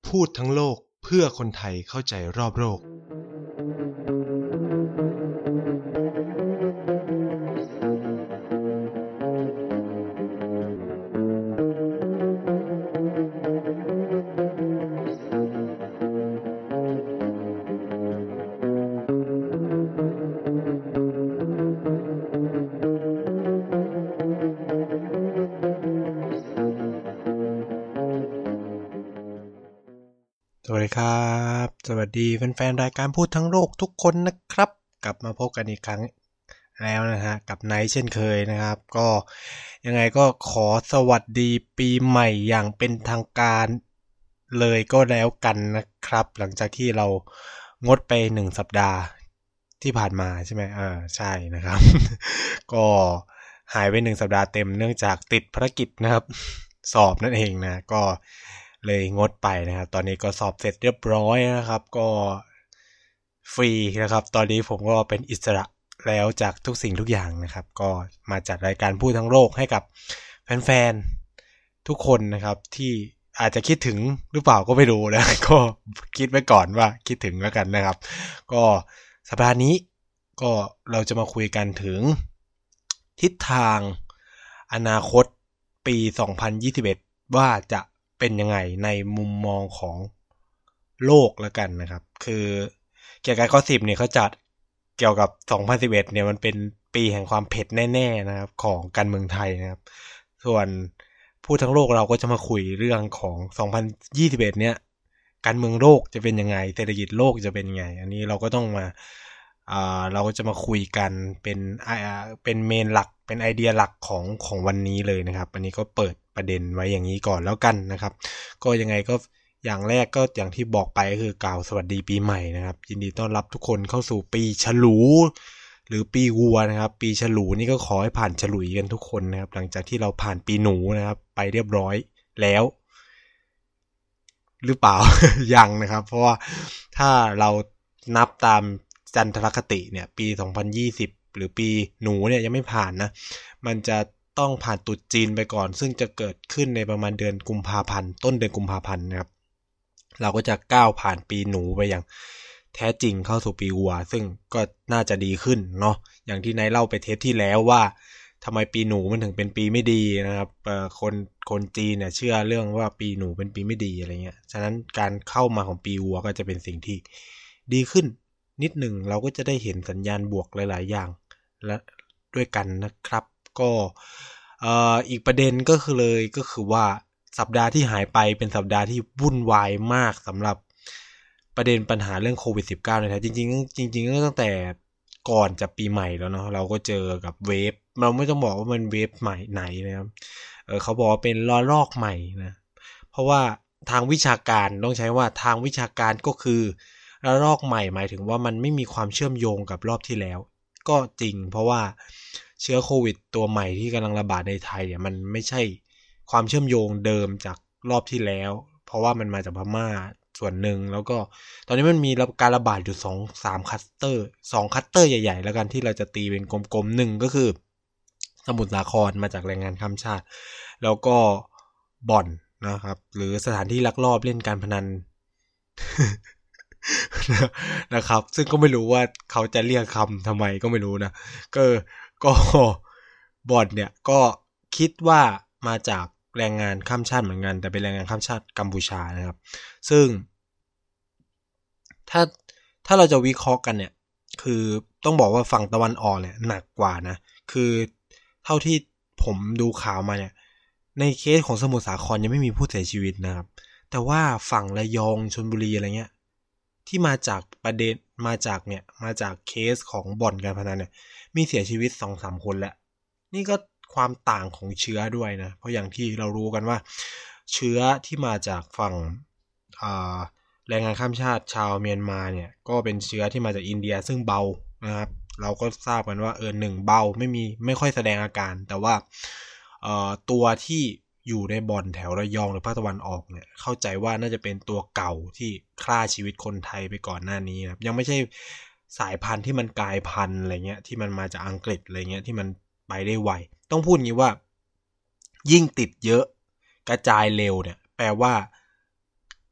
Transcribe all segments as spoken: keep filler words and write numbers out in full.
พูดทั้งโลกเพื่อคนไทยเข้าใจรอบโลกสวัสดีครับสวัสดีแฟนๆรายการพูดทั้งโลกทุกคนนะครับกลับมาพบกันอีกครั้งแล้วนะฮะกับไนท์เช่นเคยนะครับก็ยังไงก็ขอสวัสดีปีใหม่อย่างเป็นทางการเลยก็แล้วกันนะครับหลังจากที่เรางดไปหนึ่งสัปดาห์ที่ผ่านมาใช่ไหมอ่าใช่นะครับ ก็หายไปหนึ่งสัปดาห์เต็มเนื่องจากติดภารกิจนะครับสอบนั่นเองนะก็เลยงดไปนะครับตอนนี้ก็สอบเสร็จเรียบร้อยนะครับก็ฟรีนะครับตอนนี้ผมก็เป็นอิสระแล้วจากทุกสิ่งทุกอย่างนะครับก็มาจัดรายการพูดทั้งโลกให้กับแฟนๆทุกคนนะครับที่อาจจะคิดถึงหรือเปล่าก็ไม่รู้นะก็คิดไว้ก่อนว่าคิดถึงแล้วกันนะครับก็สัปดาห์นี้ก็เราจะมาคุยกันถึงทิศทางอนาคตปีสองพันยี่สิบเอ็ดว่าจะเป็นยังไงในมุมมองของโลกแล้วกันนะครับคือเกี่ยวกับข้อสิบเนี่ยเขาจัดเกี่ยวกับสองพันสิบเอ็ดเนี่ยมันเป็นปีแห่งความเผ็ดแน่ๆนะครับของการเมืองไทยนะครับส่วนพูดทั้งโลกเราก็จะมาคุยเรื่องของสองพันยี่สิบเอ็ดเนี่ยการเมืองโลกจะเป็นยังไงเศรษฐกิจโลกจะเป็นยังไงอันนี้เราก็ต้องมาอ่าเราก็จะมาคุยกันเป็นอ่าเป็นเมนหลักเป็นไอเดียหลักของของวันนี้เลยนะครับอันนี้ก็เปิดประเด็นไว้อย่างนี้ก่อนแล้วกันนะครับก็ยังไงก็อย่างแรกก็อย่างที่บอกไปก็คือกล่าวสวัสดีปีใหม่นะครับยินดีต้อนรับทุกคนเข้าสู่ปีฉลูหรือปีวัวนะครับปีฉลูนี่ก็ขอให้ผ่านฉลุยกันทุกคนนะครับหลังจากที่เราผ่านปีหนูนะครับไปเรียบร้อยแล้วหรือเปล่า ยังนะครับเพราะว่าถ้าเรานับตามจันทรคติเนี่ยปีสองพันยี่สิบหรือปีหนูเนี่ยยังไม่ผ่านนะมันจะต้องผ่านตรุษจีนไปก่อนซึ่งจะเกิดขึ้นในประมาณเดือนกุมภาพันธ์ต้นเดือนกุมภาพันธ์นะครับเราก็จะก้าวผ่านปีหนูไปอย่างแท้จริงเข้าสู่ปีวัวซึ่งก็น่าจะดีขึ้นเนาะอย่างที่นายเล่าไปเทปที่แล้วว่าทำไมปีหนูมันถึงเป็นปีไม่ดีนะครับเอ่อคนคนจีนเนี่ยเชื่อเรื่องว่าปีหนูเป็นปีไม่ดีอะไรเงี้ยฉะนั้นการเข้ามาของปีวัวก็จะเป็นสิ่งที่ดีขึ้นนิดหนึ่งเราก็จะได้เห็นสัญญาณบวกหลายๆอย่างและด้วยกันนะครับก็เอ่ออีกประเด็นก็คือเลยก็คือว่าสัปดาห์ที่หายไปเป็นสัปดาห์ที่วุ่นวายมากสำหรับประเด็นปัญหาเรื่องโควิด สิบเก้า นะครับจริงๆจริงๆก็ตั้งแต่ก่อนจะปีใหม่แล้วเนาะเราก็เจอกับเวฟเราไม่ต้องบอกว่ามันเวฟใหม่ไหนนะครับเออเขาบอกว่าเป็นระลอกใหม่นะเพราะว่าทางวิชาการต้องใช้ว่าทางวิชาการก็คือระลอกใหม่หมายถึงว่ามันไม่มีความเชื่อมโยงกับรอบที่แล้วก็จริงเพราะว่าเชื้อโควิดตัวใหม่ที่กำลังระบาดในไทยเนี่ยมันไม่ใช่ความเชื่อมโยงเดิมจากรอบที่แล้วเพราะว่ามันมาจากพม่าส่วนหนึ่งแล้วก็ตอนนี้มันมีการระบาดอยู่สองสามคัสเตอร์สองคัสเตอร์ใหญ่ๆแล้วกันที่เราจะตีเป็นกลมๆหนึ่งก็คือสมุทรสาครมาจากแรงงานข้ามชาติแล้วก็บ่อนนะครับหรือสถานที่ลักลอบเล่นการพนัน นะครับซึ่งก็ไม่รู้ว่าเขาจะเรียกคำทำไมก็ไม่รู้นะก็ก็บ่อนเนี่ยก็คิดว่ามาจากแรงงานข้ามชาติเหมือนกันแต่เป็นแรงงานข้ามชาติกัมพูชานะครับซึ่งถ้าถ้าเราจะวิเคราะห์กันเนี่ยคือต้องบอกว่าฝั่งตะวันออกเนี่ยหนักกว่านะคือเท่าที่ผมดูข่าวมาเนี่ยในเคสของสมุทรสาครยังไม่มีผู้เสียชีวิตนะครับแต่ว่าฝั่งระยองชลบุรีอะไรเงี้ยที่มาจากประเด็นมาจากเนี่ยมาจากเคสของบ่อนการพนันเนี่ยมีเสียชีวิต สองถึงสาม คนแล้วนี่ก็ความต่างของเชื้อด้วยนะเพราะอย่างที่เรารู้กันว่าเชื้อที่มาจากฝั่งอ่าแรงงานข้ามชาติชาวเมียนมาเนี่ยก็เป็นเชื้อที่มาจากอินเดียซึ่งเบานะครับเราก็ทราบกันว่าเออหนึ่งเบาไม่มีไม่ค่อยแสดงอาการแต่ว่าเอ่อตัวที่อยู่ในบ่อนแถวระยองหรือภาคตะวันออกเนี่ยเข้าใจว่าน่าจะเป็นตัวเก่าที่ฆ่าชีวิตคนไทยไปก่อนหน้านี้นะครับยังไม่ใช่สายพันธุ์ที่มันกลายพันธุ์อะไรเงี้ยที่มันมาจากอังกฤษอะไรเงี้ยที่มันไปได้ไวต้องพูดงี้ว่ายิ่งติดเยอะกระจายเร็วเนี่ยแปลว่า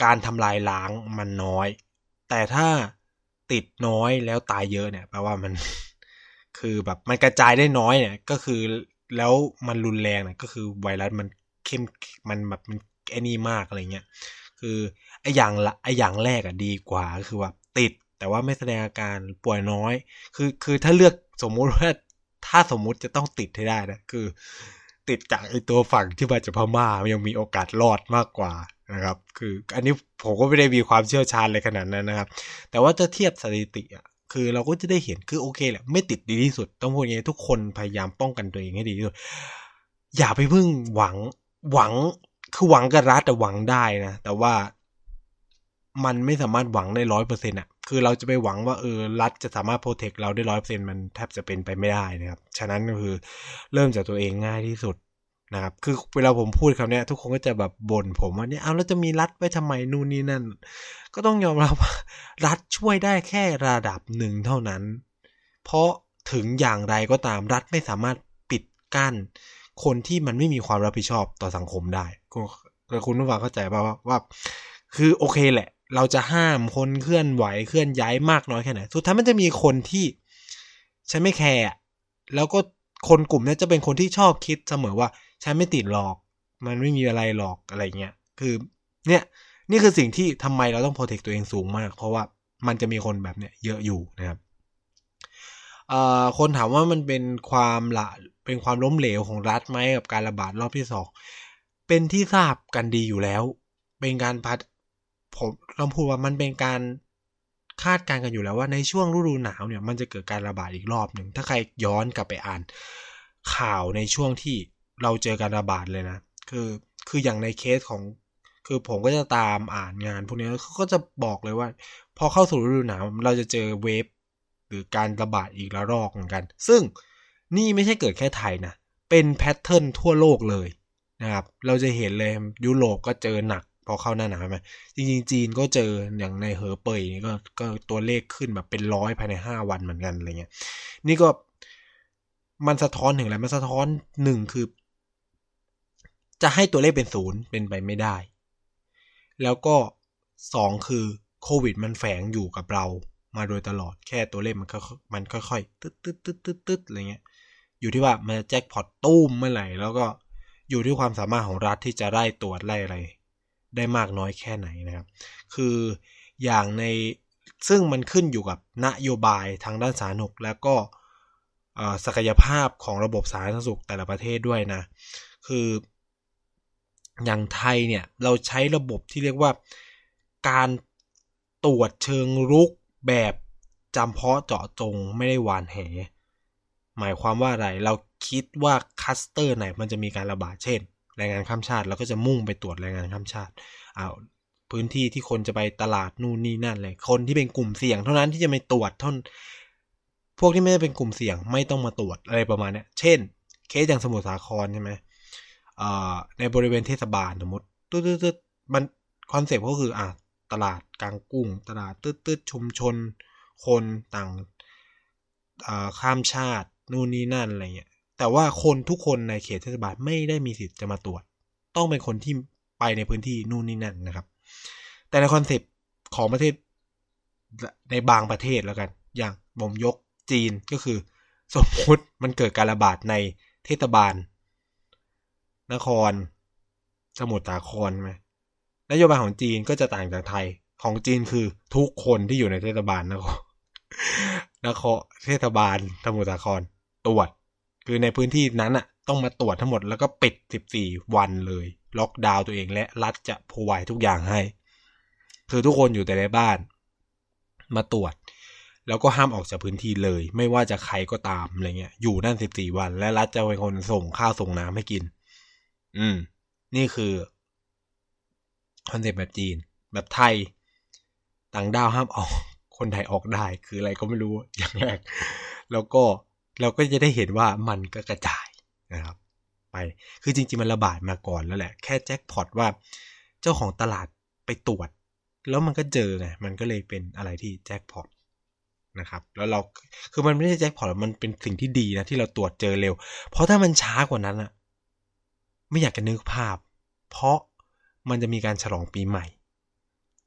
การทำลายล้างมันน้อยแต่ถ้าติดน้อยแล้วตายเยอะเนี่ยแปลว่ามัน คือแบบมันกระจายได้น้อยเนี่ยก็คือแล้วมันรุนแรงเนี่ยก็คือไวรัสมันเข้มมันแบบมันไอ้นี่มากอะไรเงี้ยคือไอ้อย่างละไอ้อย่างแรกอ่ะดีกว่าก็คือว่าติดแต่ว่าไม่แสดงอาการป่วยน้อยคือคือถ้าเลือกสมมุติว่าถ้าสมมุติจะต้องติดให้ได้นะคือติดจากไอ้ตัวฝั่งที่มาจากพม่ายังมีโอกาสรอดมากกว่านะครับคืออันนี้ผมก็ไม่ได้มีความเชี่ยวชาญเลยขนาดนั้นนะครับแต่ว่าจะเทียบสถิติอ่ะคือเราก็จะได้เห็นคือโอเคแหละไม่ติดดีที่สุดต้องพูดอย่างนี้ทุกคนพยายามป้องกันตัวเองให้ดีที่สุดอย่าไปพึ่งหวังหวังคือหวังกับรัฐแต่หวังได้นะแต่ว่ามันไม่สามารถหวังได้ร้อยเปอร์เซ็นต์อ่ะคือเราจะไปหวังว่าเออรัฐจะสามารถโปรเทคเราได้ร้อยเปอร์เซ็นต์มันแทบจะเป็นไปไม่ได้นะครับฉะนั้นก็คือเริ่มจากตัวเองง่ายที่สุดนะครับคือเวลาผมพูดคำนี้ทุกคนก็จะแบบบ่นผมว่าเนี่ยเอาแล้วจะมีรัฐไว้ทำไมนู่นนี่นั่นก็ต้องยอมรับว่ารัฐช่วยได้แค่ระดับหนึ่งเท่านั้นเพราะถึงอย่างไรก็ตามรัฐไม่สามารถปิดกั้นคนที่มันไม่มีความรับผิดชอบต่อสังคมได้คุณคุณผู้ฟังเข้าใจป่ะว่าว่าคือโอเคแหละเราจะห้ามคนเคลื่อนไหวเคลื่อนย้ายมากน้อยแค่ไหนสุดท้ายมันจะมีคนที่ฉันไม่แคร์แล้วก็คนกลุ่มนี้จะเป็นคนที่ชอบคิดเสมอว่าฉันไม่ติดหรอกมันไม่มีอะไรหรอกอะไรเงี้ยคือเนี่ยนี่คือสิ่งที่ทำไมเราต้องโปรเทคตัวเองสูงมากเพราะว่ามันจะมีคนแบบเนี้ยเยอะอยู่นะครับเอ่อคนถามว่ามันเป็นความละเป็นความล้มเหลวของรัฐไหมกับการระบาดรอบที่สองเป็นที่ทราบกันดีอยู่แล้วเป็นการพัดผมต้องพูดว่ามันเป็นการคาดการณ์กันอยู่แล้วว่าในช่วงฤดูหนาวเนี่ยมันจะเกิดการระบาดอีกรอบหนึ่งถ้าใครย้อนกลับไปอ่านข่าวในช่วงที่เราเจอการระบาดเลยนะคือคืออย่างในเคสของคือผมก็จะตามอ่านงานพวกนี้เขาก็จะบอกเลยว่าพอเข้าสู่ฤดูหนาวเราจะเจอเวฟหรือการระบาดอีกระลอกเหมือนกันซึ่งนี่ไม่ใช่เกิดแค่ไทยนะเป็นแพทเทิร์นทั่วโลกเลยนะครับเราจะเห็นเลยยุโรปก็เจอหนักพอเข้าหน้าหนาวใช่ไหมจริงๆจีนก็เจออย่างในเหอเป่ยนี่ก็ก็ตัวเลขขึ้นแบบเป็นร้อยภายในห้าวันเหมือนกันอะไรเงี้ยนี่ก็มันสะท้อนถึงอะไรมันสะท้อนหนึ่งคือจะให้ตัวเลขเป็นศูนย์เป็นไปไม่ได้แล้วก็สองคือโควิดมันแฝงอยู่กับเรามาโดยตลอดแค่ตัวเลขมันก็มันค่อยๆตึ๊ดตึ๊ดตึ๊ดตึ๊ดตึ๊ดอะไรเงี้ยอยู่ที่ว่ามันจะแจ็คพอตตุ้มเมื่อไหร่แล้วก็อยู่ที่ความสามารถของรัฐที่จะไล่ตรวจไล่อะไรได้มากน้อยแค่ไหนนะครับคืออย่างในซึ่งมันขึ้นอยู่กับนโยบายทางด้านสาธารณสุขแล้วก็ศักยภาพของระบบสาธารณสุขแต่ละประเทศด้วยนะคืออย่างไทยเนี่ยเราใช้ระบบที่เรียกว่าการตรวจเชิงรุกแบบจำเพาะเจาะจงไม่ได้หวานแหหมายความว่าอะไรเราคิดว่าคลัสเตอร์ไหนมันจะมีการระบาดเช่นแรงงานข้ามชาติเราก็จะมุ่งไปตรวจแรงงานข้ามชาติเอาพื้นที่ที่คนจะไปตลาดนู่นนี่นั่นเลยคนที่เป็นกลุ่มเสี่ยงเท่านั้นที่จะไปตรวจเท่าพวกที่ไม่ได้เป็นกลุ่มเสี่ยงไม่ต้องมาตรวจอะไรประมาณนี้เช่นเคสอย่างสมุทรสาครใช่ไหมในบริเวณเทศบาลสมมติตืดๆมันคอนเซ็ปต์ก็คืออ่ะตลาดกลางกุ้งตลาดตืดๆชุมชนคนต่างข้ามชาตินู่นนี่นั่นอะไรเงี้ยแต่ว่าคนทุกคนในเขตเทศบาลไม่ได้มีสิทธิ์จะมาตรวจต้องเป็นคนที่ไปในพื้นที่นู่นนี่นั่นนะครับแต่ในคอนเซ็ปต์ของประเทศในบางประเทศแล้วกันอย่างผมยกจีนก็คือสมมติมันเกิดการระบาดในเทศบาลนครสมุทรสาครไหมนโยบายของจีนก็จะต่างจากไทยของจีนคือทุกคนที่อยู่ในเทศบาลนครนครเทศบาลสมุทรสาครตรวจคือในพื้นที่นั้นอ่ะต้องมาตรวจทั้งหมดแล้วก็ปิดสิบสี่วันเลยล็อกดาวน์ตัวเองและรัฐจะพรอไวด์ทุกอย่างให้คือทุกคนอยู่แต่ในบ้านมาตรวจแล้วก็ห้ามออกจากพื้นที่เลยไม่ว่าจะใครก็ตามอะไรเงี้ยอยู่นั่นสิบสี่วันและรัฐจะเป็นคนส่งข้าวส่งน้ำให้กินอืมนี่คือคอนเซ็ปต์แบบจีนแบบไทยต่างด้าวห้ามออกคนไทยออกได้คืออะไรก็ไม่รู้อย่างแรกแล้วก็เราก็จะได้เห็นว่ามันก็กระจายนะครับไปคือจริงๆมันระบาดมาก่อนแล้วแหละแค่แจ็คพอตว่าเจ้าของตลาดไปตรวจแล้วมันก็เจอไงมันก็เลยเป็นอะไรที่แจ็คพอตนะครับแล้วเราคือมันไม่ใช่แจ็คพอตมันเป็นสิ่งที่ดีนะที่เราตรวจเจอเร็วเพราะถ้ามันช้ากว่านั้นอะไม่อยากจะนึกภาพเพราะมันจะมีการฉลองปีใหม่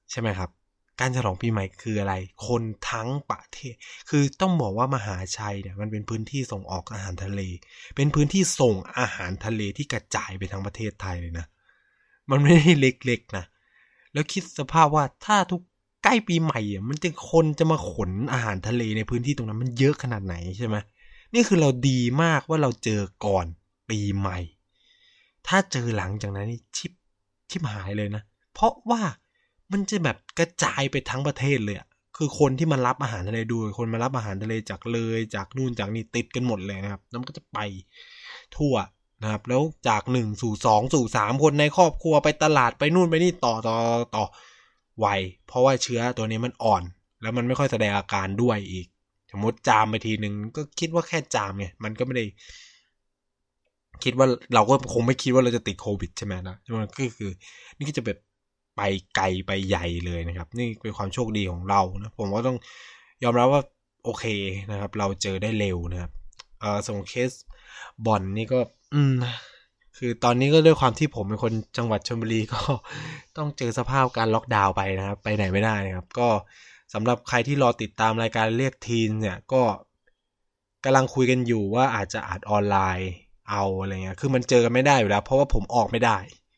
ใช่ไหมครับการฉลองปีใหม่คืออะไรคนทั้งประเทศคือต้องบอกว่ามหาชัยเนี่ยมันเป็นพื้นที่ส่งออกอาหารทะเลเป็นพื้นที่ส่งอาหารทะเลที่กระจายไปทั้งประเทศไทยเลยนะมันไม่ได้เล็กๆนะแล้วคิดสภาพว่าถ้าทุกใกล้ปีใหม่อ่ะมันจะคนจะมาขนอาหารทะเลในพื้นที่ตรงนั้นมันเยอะขนาดไหนใช่ไหมนี่คือเราดีมากว่าเราเจอก่อนปีใหม่ถ้าเจอหลังจากนั้นนี่ชิบชิบหายเลยนะเพราะว่ามันจะแบบกระจายไปทั้งประเทศเลยอ่ะคือคนที่มารับอาหารทะเลดูคนมารับอาหารทะเลจากเลยจากนู่นจากนี่ติดกันหมดเลยนะครับแล้วมันก็จะไปทั่วนะครับแล้วจากหนึ่งสู่สองสู่สามคนในครอบครัวไปตลาดไปนู่นไปนี่ต่อต่อต่อไวเพราะว่าเชื้อตัวนี้มันอ่อนแล้วมันไม่ค่อยแสดงอาการด้วยอีกสมมติจามไปทีนึงก็คิดว่าแค่จามไงมันก็ไม่ได้คิดว่าเราก็คงไม่คิดว่าเราจะติดโควิดใช่ไหมนะมันก็คือนี่ก็จะแบบไปไกลไปใหญ่เลยนะครับนี่เป็นความโชคดีของเรานะผมก็ต้องยอมรับว่าโอเคนะครับเราเจอได้เร็วนะครับเอ่อส่งเคสบ่อนนี่ก็อืมคือตอนนี้ก็ด้วยความที่ผมเป็นคนจังหวัดชลบุรีก็ต้องเจอสภาพการล็อกดาวน์ไปนะครับไปไหนไม่ได้นะครับก็สำหรับใครที่รอติดตามรายการเรียกทีนเนี่ยก็กำลังคุยกันอยู่ว่าอาจจะอัดออนไลน์เอาอะไรเงี้ยคือมันเจอกันไม่ได้อยู่แล้วเพราะว่าผมออกไม่ได้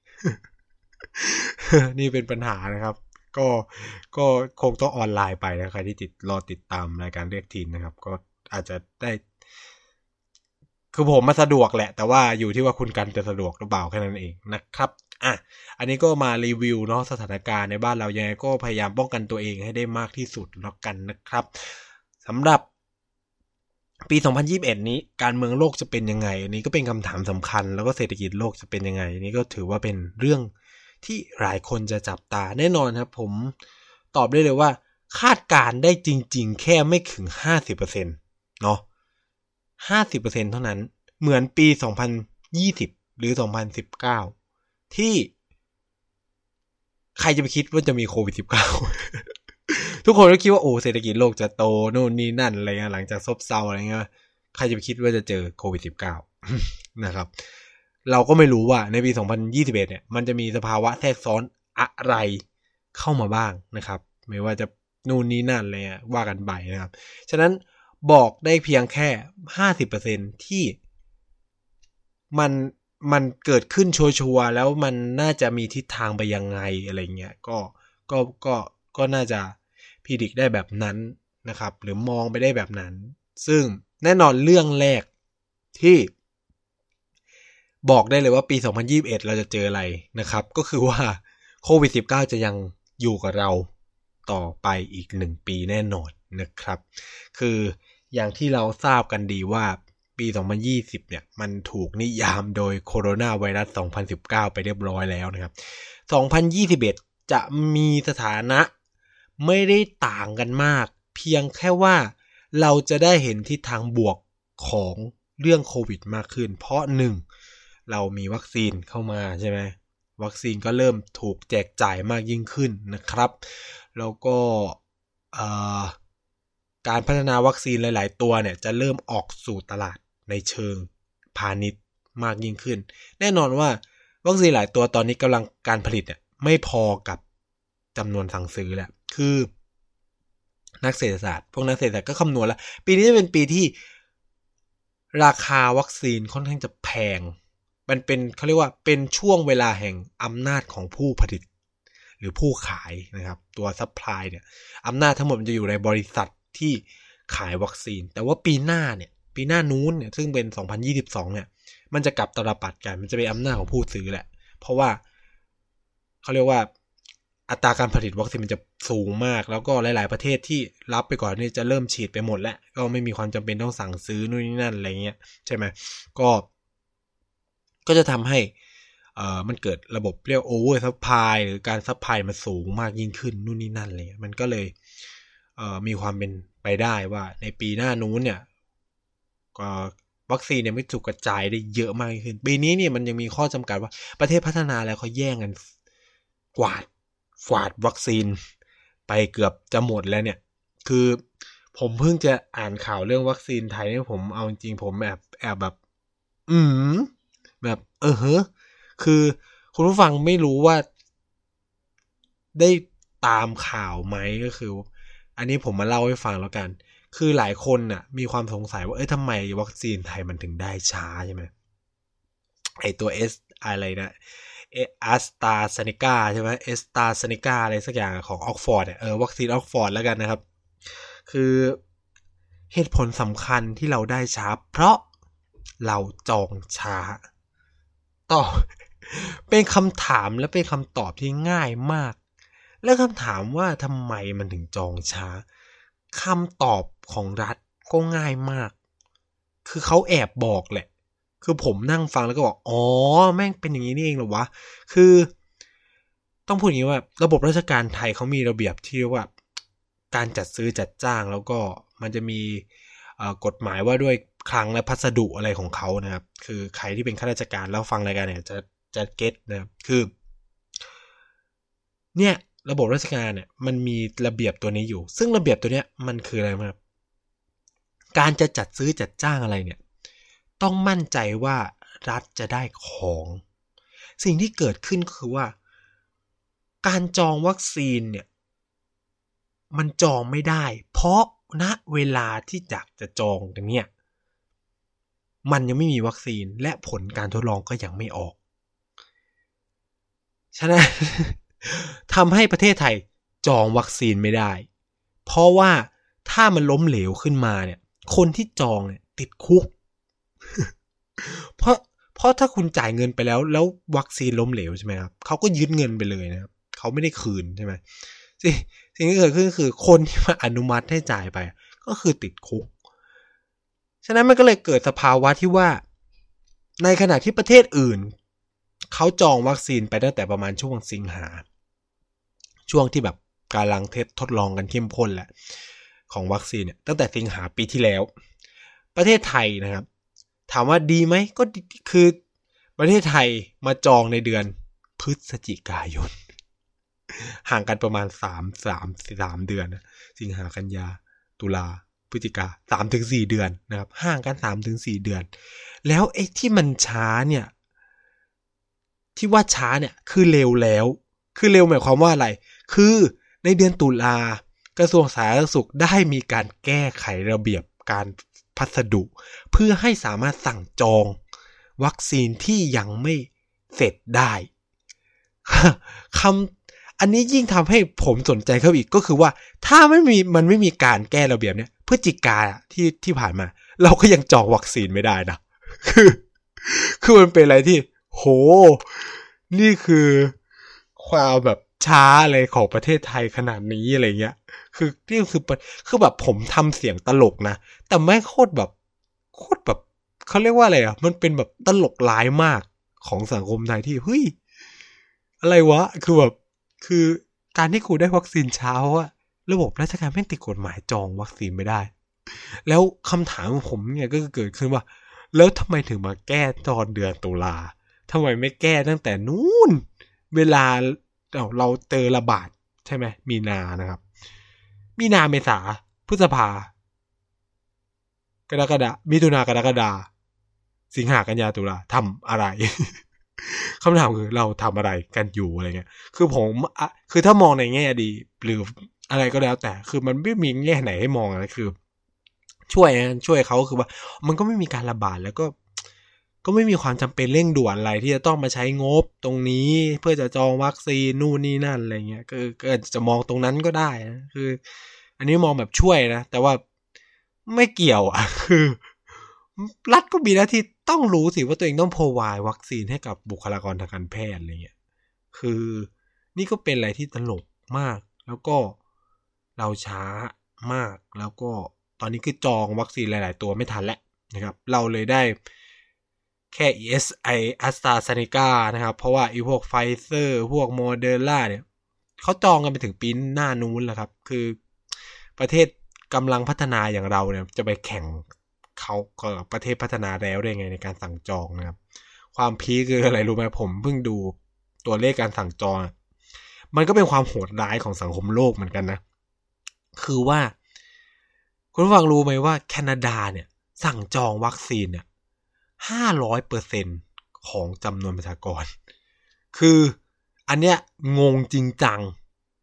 นี่เป็นปัญหานะครับก็ก็คงต้องออนไลน์ไปนะใครที่ติดรอติดตามรายการเรียกทีนนะครับก็อาจจะได้คือผมมาสะดวกแหละแต่ว่าอยู่ที่ว่าคุณกันจะสะดวกหรือเปล่าแค่นั้นเองนะครับอ่ะอันนี้ก็มารีวิวเนาะสถานการณ์ในบ้านเรายังไงก็พยายามป้องกันตัวเองให้ได้มากที่สุดแล้วกันนะครับสำหรับปีสองพันยี่สิบเอ็ดนี้การเมืองโลกจะเป็นยังไงอันนี้ก็เป็นคำถามสำคัญแล้วก็เศรษฐกิจโลกจะเป็นยังไงอันนี้ก็ถือว่าเป็นเรื่องที่หลายคนจะจับตาแน่นอนครับผมตอบได้เลยว่าคาดการได้จริงๆแค่ไม่ถึง ห้าสิบเปอร์เซ็นต์ เนาะ ห้าสิบเปอร์เซ็นต์ เท่านั้นเหมือนปีสองพันยี่สิบหรือสองพันสิบเก้าที่ใครจะไปคิดว่าจะมีโควิดสิบเก้า ทุกคนก็คิดว่าโอ้เศรษฐกิจโลกจะโตโน่นนี่นั่นอะไรเงี้ยหลังจากซบเซาอะไรเงี้ยใครจะไปคิดว่าจะเจอโควิดสิบเก้า นะครับเราก็ไม่รู้ว่าในปีสองพันยี่สิบเอ็ดเนี่ยมันจะมีสภาวะแทรกซ้อนอะไรเข้ามาบ้างนะครับไม่ว่าจะนู่นนี่นั่นอะไรเงี้ยว่ากันไปนะครับฉะนั้นบอกได้เพียงแค่ ห้าสิบเปอร์เซ็นต์ ที่มันมันเกิดขึ้นชัวร์ๆแล้วมันน่าจะมีทิศทางไปยังไงอะไรเงี้ยก็ก็ก็ก็น่าจะพิจิตรได้แบบนั้นนะครับหรือมองไปได้แบบนั้นซึ่งแน่นอนเรื่องแรกที่บอกได้เลยว่าปีสองพันยี่สิบเอ็ดเราจะเจออะไรนะครับก็คือว่าโควิดสิบเก้าจะยังอยู่กับเราต่อไปอีกหนึ่งปีแน่นอนนะครับคืออย่างที่เราทราบกันดีว่าปีสองพันยี่สิบเนี่ยมันถูกนิยามโดยโคโรนาไวรัสสองพันสิบเก้าไปเรียบร้อยแล้วนะครับสองพันยี่สิบเอ็ดจะมีสถานะไม่ได้ต่างกันมากเพียงแค่ว่าเราจะได้เห็นทิศทางบวกของเรื่องโควิดมากขึ้นเพราะหนึ่งเรามีวัคซีนเข้ามาใช่ไหมวัคซีนก็เริ่มถูกแจกจ่ายมากยิ่งขึ้นนะครับแล้วก็การพัฒนาวัคซีนหลายๆตัวเนี่ยจะเริ่มออกสู่ตลาดในเชิงพาณิชย์มากยิ่งขึ้นแน่นอนว่าวัคซีนหลายตัวตอนนี้กำลังการผลิตเนี่ยไม่พอกับจำนวนสั่งซื้อแหละคือนักเศรษฐศาสตร์พวกนักเศรษฐศาสตร์ก็คำนวณแล้วปีนี้จะเป็นปีที่ราคาวัคซีนค่อนข้างจะแพงมันเป็นเขาเรียกว่าเป็นช่วงเวลาแห่งอำนาจของผู้ผลิตหรือผู้ขายนะครับตัวซัพพลายเนี่ยอำนาจทั้งหมดมันจะอยู่ในบริษัทที่ขายวัคซีนแต่ว่าปีหน้าเนี่ยปีหน้านู้นเนี่ยซึ่งเป็นสองพันยี่สิบสองเนี่ยมันจะกลับตลปัดกันมันจะเป็นอำนาจของผู้ซื้อแหละเพราะว่าเขาเรียกว่าอัตราการผลิตวัคซีนมันจะสูงมากแล้วก็หลายๆประเทศที่รับไปก่อนนี่จะเริ่มฉีดไปหมดแล้วก็ไม่มีความจำเป็นต้องสั่งซื้อนู่นนี่นั่นอะไรเงี้ยใช่ไหมก็ก็จะทำให้เอ่อมันเกิดระบบเรียกโอเวอร์ซัพพลายหรือการซัพพลายมันสูงมากยิ่งขึ้นนู่นนี่นั่นเลยมันก็เลยเอ่อมีความเป็นไปได้ว่าในปีหน้านู้นเนี่ยก็วัคซีนเนี่ยไม่ถูกกระจายได้เยอะมากขึ้นปีนี้เนี่ยมันยังมีข้อจำกัดว่าประเทศพัฒนาแล้วเขาแย่งกันกวาดกวาดวัคซีนไปเกือบจะหมดแล้วเนี่ยคือผมเพิ่งจะอ่านข่าวเรื่องวัคซีนไทยเนี่ยผมเอาจริงผมแอบแอบแบบอืมแบบเออเฮ้อคือคุณผู้ฟังไม่รู้ว่าได้ตามข่าวไหมก็คืออันนี้ผมมาเล่าให้ฟังแล้วกันคือหลายคนน่ะมีความสงสัยว่าเอ้ยทำไมวัคซีนไทยมันถึงได้ช้าใช่ไหมไอตัวเอสอะไรนะเออัสตราเซเนกาใช่ไหมเอสตราเซเนกาอะไรสักอย่างของออกฟอร์ดเออวัคซีนออกฟอร์ดแล้วกันนะครับคือเหตุผลสำคัญที่เราได้ช้าเพราะเราจองช้าต่อเป็นคำถามและเป็นคำตอบที่ง่ายมากแล้วคำถามว่าทำไมมันถึงจองช้าคำตอบของรัฐก็ง่ายมากคือเขาแอบบอกแหละคือผมนั่งฟังแล้วก็บอกอ๋อแม่งเป็นอย่างนี้นี่เองเหรอวะคือต้องพูดอย่างนี้ว่าระบบราชการไทยเขามีระเบียบที่เรียกว่าการจัดซื้อจัดจ้างแล้วก็มันจะมีกฎหมายว่าด้วยคลังและพัสดุอะไรของเขานะครับคือใครที่เป็นข้าราชการแล้วฟังรายการเนี่ยจะจะเก็ตนะครับคือเนี่ยระบบราชการเนี่ยมันมีระเบียบตัวนี้อยู่ซึ่งระเบียบตัวเนี้ยมันคืออะไรครับการจะจัดซื้อจัดจ้างอะไรเนี่ยต้องมั่นใจว่ารัฐจะได้ของสิ่งที่เกิดขึ้นคือว่าการจองวัคซีนเนี่ยมันจองไม่ได้เพราะณเวลาที่อยากจะจองตรงเนี้ยมันยังไม่มีวัคซีนและผลการทดลองก็ยังไม่ออกฉะนั้น ทำให้ประเทศไทยจองวัคซีนไม่ได้เพราะว่าถ้ามันล้มเหลวขึ้นมาเนี่ยคนที่จองเนี่ยติดคุก เพราะเพราะถ้าคุณจ่ายเงินไปแล้วแล้ววัคซีนล้มเหลวใช่ไหมครับเขาก็ยึดเงินไปเลยนะครับเขาไม่ได้คืนใช่ไหมสิ่งสิ่งที่เกิดขึ้นคือคนที่มาอนุมัติให้จ่ายไปก็คือติดคุกฉะนั้นมันก็เลยเกิดสภาวะที่ว่าในขณะที่ประเทศอื่นเขาจองวัคซีนไปตั้งแต่ประมาณช่วงสิงหาช่วงที่แบบกำลังเทสทดลองกันเข้มข้นแหละของวัคซีนเนี่ยตั้งแต่สิงหาปีที่แล้วประเทศไทยนะครับถามว่าดีไหมก็คือประเทศไทยมาจองในเดือนพฤศจิกายนห่างกันประมาณสาม สาม สามเดือนนะสิงหากันยาตุลาพฤศจิกา สามถึงสี่ เดือนนะครับห่างกัน สามถึงสี่ เดือนแล้วไอ้ที่มันช้าเนี่ยที่ว่าช้าเนี่ยคือเร็วแล้วคือเร็วหมายความว่าอะไรคือในเดือนตุลากระทรวงสาธารณสุขได้มีการแก้ไขระเบียบการพัสดุเพื่อให้สามารถสั่งจองวัคซีนที่ยังไม่เสร็จได้คำอันนี้ยิ่งทำให้ผมสนใจเข้าอีกก็คือว่าถ้าไม่มีมันไม่มีการแก้ระเบียบเนี่ยพฤศจิกาที่ที่ผ่านมาเราก็ยังจองวัคซีนไม่ได้นะคือคือมันเป็นอะไรที่โหนี่คือความแบบช้าอะไรของประเทศไทยขนาดนี้อะไรเงี้ยคือนี่คือคือแบบผมทำเสียงตลกนะแต่ไม่โคตรแบบโคตรแบบเขาเรียกว่าอะไรอ่ะมันเป็นแบบตลกร้ายมากของสังคมไทยที่เฮ้ยอะไรวะคือแบบคือการที่กูได้วัคซีนเช้าอะระบบราชการไม่ติดกฎหมายจองวัคซีนไม่ได้แล้วคำถามของผมเนี่ยก็เกิดขึ้นว่าแล้วทำไมถึงมาแก้ตอนเดือนตุลาทำไมไม่แก้ตั้งแต่นู้นเวลาเราเราเจอระบาดใช่ไหมมีนานะครับมีนาเมษาพฤษภากรกฎามิถุนากรกฎาสิงหากันยาตุลาทำอะไร คำถามคือเราทำอะไรกันอยู่อะไรเงี้ยคือผมคือถ้ามองในแง่ดีหรืออะไรก็แล้วแต่คือมันไม่มีแง่ไหนให้มองนะคือช่วยช่วยเขาคือว่ามันก็ไม่มีการระบาดแล้วก็ก็ไม่มีความจำเป็นเร่งด่วนอะไรที่จะต้องมาใช้งบตรงนี้เพื่อจะจองวัคซีนนู่นนี่นั่นอะไรเงี้ยก็ก็จะมองตรงนั้นก็ได้นะคืออันนี้มองแบบช่วยนะแต่ว่าไม่เกี่ยวอ่ะคือรัฐก็มีหน้าที่ต้องรู้สิว่าตัวเองต้อง provide วัคซีนให้กับบุคลากรทางการแพทย์อะไรเงี้ยคือนี่ก็เป็นอะไรที่ตลกมากแล้วก็เราช้ามากแล้วก็ตอนนี้คือจองวัคซีนหลายๆตัวไม่ทันแล้วนะครับเราเลยได้แค่ อี เอส ไอ AstraZeneca นะครับเพราะว่าไอ้พวก Pfizer พวก Moderna เนี่ยเขาจองกันไปถึงปีหน้านู้นแล้วครับคือประเทศกำลังพัฒนาอย่างเราเนี่ยจะไปแข่งเขากับประเทศพัฒนาแล้วได้ไงในการสั่งจองนะครับความพีคคืออะไรรู้ไหมผมเพิ่งดูตัวเลขการสั่งจองมันก็เป็นความโหดร้ายของสังคมโลกเหมือนกันนะคือว่าคุณผู้ฟังรู้ไหมว่าแคนาดาเนี่ยสั่งจองวัคซีนเนี่ยห้าร้อยเปอร์เซ็นต์ของจำนวนประชากรคืออันเนี้ยงงจริงจัง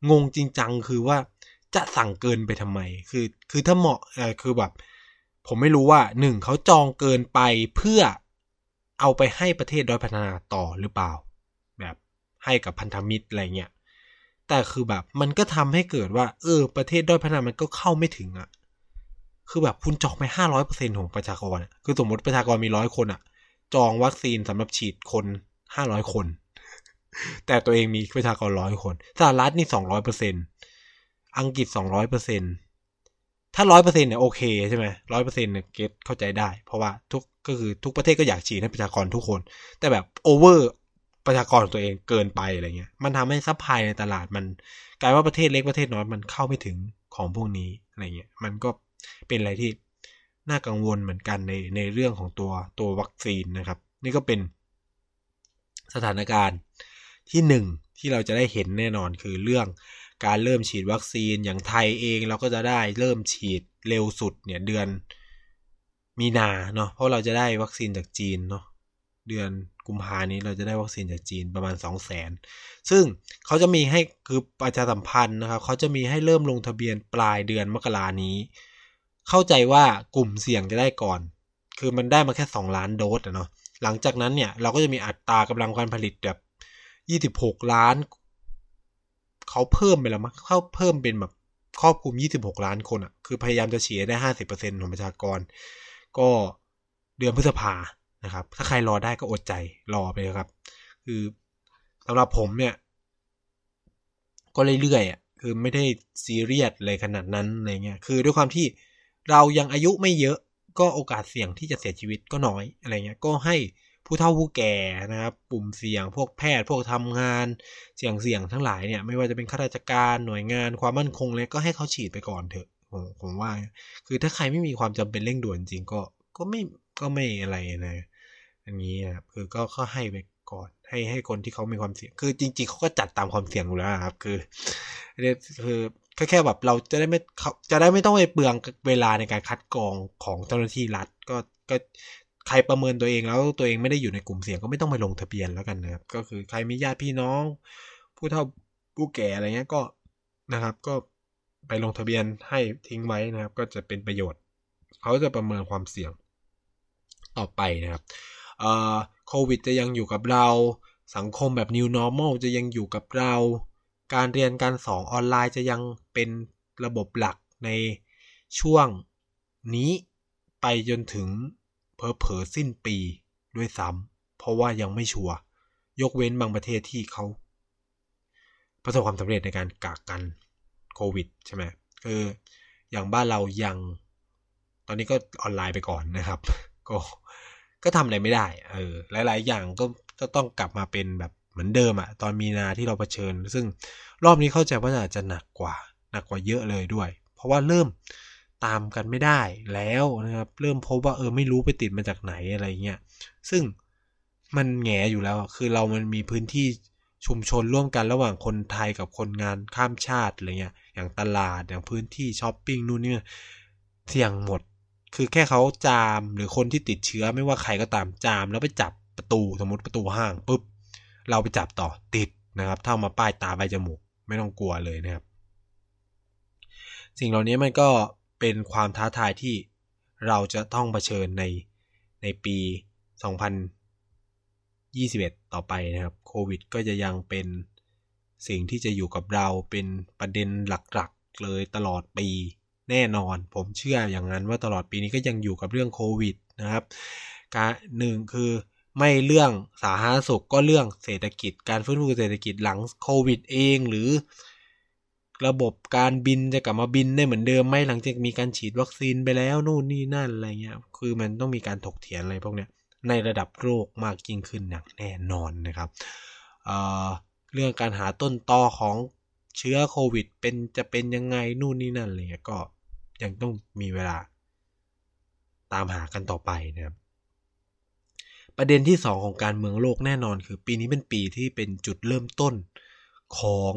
งงจริงจังคือว่าจะสั่งเกินไปทำไมคือคือถ้าเหมาะเออคือแบบผมไม่รู้ว่าหนึ่งเขาจองเกินไปเพื่อเอาไปให้ประเทศด้อยพัฒนาต่อหรือเปล่าแบบให้กับพันธมิตรอะไรเงี้ยแต่คือแบบมันก็ทำให้เกิดว่าเออประเทศด้อยพัฒนามันก็เข้าไม่ถึงอ่ะคือแบบคุณจองไปห้าร้อยเปอร์เซ็นต์ของประชากรคือสมมติประชากรมีร้อยคนอ่ะจองวัคซีนสำหรับฉีดคนห้าร้อยคนแต่ตัวเองมีประชากรร้อยคนสหรัฐนี่สองร้อยเปอร์เซ็นต์อังกฤษสองร้อยเปอร์เซ็นต์ถ้าร้อยเปอร์เซ็นต์เนี่ยโอเคใช่ไหมร้อยเปอร์เซ็นต์เนี่ยเก็ตเข้าใจได้เพราะว่าทุกก็คือทุกประเทศก็อยากฉีดให้ประชากรทุกคนแต่แบบโอเวอร์ประชากรของตัวเองเกินไปอะไรเงี้ยมันทำให้ซัพพลายในตลาดมันกลายว่าประเทศเล็กประเทศน้อยมันเข้าไม่ถึงของพวกนี้อะไรเงี้ยมันก็เป็นอะไรที่น่ากังวลเหมือนกันในในเรื่องของตัวตัววัคซีนนะครับนี่ก็เป็นสถานการณ์ที่หนึ่งที่เราจะได้เห็นแน่นอนคือเรื่องการเริ่มฉีดวัคซีนอย่างไทยเองเราก็จะได้เริ่มฉีดเร็วสุดเนี่ยเดือนมีนาเนาะเพราะเราจะได้วัคซีนจากจีนเนาะเดือนกุมภานี้เราจะได้วัคซีนจากจีนประมาณ สองแสน ซึ่งเขาจะมีให้คือประชาสัมพันธ์นะครับเขาจะมีให้เริ่มลงทะเบียนปลายเดือนมกรานี้เข้าใจว่ากลุ่มเสี่ยงจะได้ก่อนคือมันได้มาแค่สองล้านโดสเนาะหลังจากนั้นเนี่ยเราก็จะมีอัตรากำลังการผลิตแบบยี่สิบหกล้านเขาเพิ่มไปแล้วมั้งเขาเพิ่มเป็นแบบครอบคลุมยี่สิบหกล้านคนอ่ะคือพยายามจะฉีดได้ ห้าสิบเปอร์เซ็นต์ ของประชากรก็เดือนพฤษภานะครับถ้าใครรอได้ก็อดใจรอไปครับคือสำหรับผมเนี่ยก็เรื่อยๆอ่ะคือไม่ได้ซีเรียสเลยขนาดนั้นอะไรเงี้ยคือด้วยความที่เรายังอายุไม่เยอะก็โอกาสเสี่ยงที่จะเสียชีวิตก็น้อยอะไรเงี้ยก็ให้ผู้เฒ่าผู้แก่นะครับปุ่มเสี่ยงพวกแพทย์พวกทำงานเสี่ยงเสี่ยงทั้งหลายเนี่ยไม่ว่าจะเป็นข้าราชการหน่วยงานความมั่นคงเลยก็ให้เขาฉีดไปก่อนเถอะผมผมว่าคือถ้าใครไม่มีความจำเป็นเร่งด่วนจริงก็ก็ไม่ก็ไม่อะไรนะอันนี้นะครับคือก็ก็ให้ไปก่อนให้ให้คนที่เขามีความเสี่ยงคือจริงๆเขาก็จัดตามความเสี่ยงอยู่แล้วครับคือคือแค่แค่แบบเราจะได้ไม่จะได้ไม่ต้องไปเปลืองเวลาในการคัดกรองของเจ้าหน้าที่รัฐก็ก็ใครประเมินตัวเองแล้วตัวเองไม่ได้อยู่ในกลุ่มเสี่ยงก็ไม่ต้องไปลงทะเบียนแล้วกันนะครับก็คือใครมีญาติพี่น้องผู้เฒ่าผู้แก่อะไรเงี้ยก็นะครับก็ไปลงทะเบียนให้ทิ้งไว้นะครับก็จะเป็นประโยชน์เขาจะประเมินความเสี่ยงต่อไปนะครับเอ่อโควิดจะยังอยู่กับเราสังคมแบบ New Normal จะยังอยู่กับเราการเรียนการสอนออนไลน์จะยังเป็นระบบหลักในช่วงนี้ไปจนถึงเผลอๆสิ้นปีด้วยซ้ำเพราะว่ายังไม่ชัวร์ยกเว้นบางประเทศที่เขาประสบความสำเร็จในการกักกันโควิดใช่ไหมคืออย่างบ้านเรายังตอนนี้ก็ออนไลน์ไปก่อนนะครับก็ก็ทำอะไรไม่ได้เออหลายๆอย่างก็ก็ต้องกลับมาเป็นแบบเหมือนเดิมอะตอนมีนาที่เราเผชิญซึ่งรอบนี้เข้าใจว่าอาจจะหนักกว่าหนักกว่าเยอะเลยด้วยเพราะว่าเริ่มตามกันไม่ได้แล้วนะครับเริ่มพบว่าเออไม่รู้ไปติดมาจากไหนอะไรเงี้ยซึ่งมันแง่อยู่แล้วคือเรามันมีพื้นที่ชุมชนร่วมกันระหว่างคนไทยกับคนงานข้ามชาติอะไรเงี้ยอย่างตลาดอย่างพื้นที่ช้อปปิ้งนู่นนี่เสี่ยงหมดคือแค่เขาจามหรือคนที่ติดเชื้อไม่ว่าใครก็ตามจามแล้วไปจับประตูสมมติประตูห้างปุ๊บเราไปจับต่อติดนะครับถ้ามาป้ายตาใบจมูกไม่ต้องกลัวเลยนะครับสิ่งเหล่านี้มันก็เป็นความท้าทายที่เราจะต้องเผชิญในในปีสองพันยี่สิบเอ็ดต่อไปนะครับโควิดก็จะยังเป็นสิ่งที่จะอยู่กับเราเป็นประเด็นหลักๆเลยตลอดปีแน่นอนผมเชื่ออย่างนั้นว่าตลอดปีนี้ก็ยังอยู่กับเรื่องโควิดนะครับการหนึ่งคือไม่เรื่องสาธารณสุขก็เรื่องเศรษฐกิจการฟื้นฟูเศรษฐกิจหลังโควิดเองหรือระบบการบินจะกลับมาบินได้เหมือนเดิมไหมหลังจากมีการฉีดวัคซีนไปแล้วนู่นนี่นั่นอะไรเงี้ยคือมันต้องมีการถกเถียงอะไรพวกเนี้ยในระดับโลกมากยิ่งขึ้นอย่างแน่นอนนะครับเอ่อเรื่องการหาต้นตอของเชื้อโควิดเป็นจะเป็นยังไงนู่นนี่นั่นอะไรเงี้ยก็ยังต้องมีเวลาตามหากันต่อไปนะครับประเด็นที่สองของการเมืองโลกแน่นอนคือปีนี้เป็นปีที่เป็นจุดเริ่มต้นของ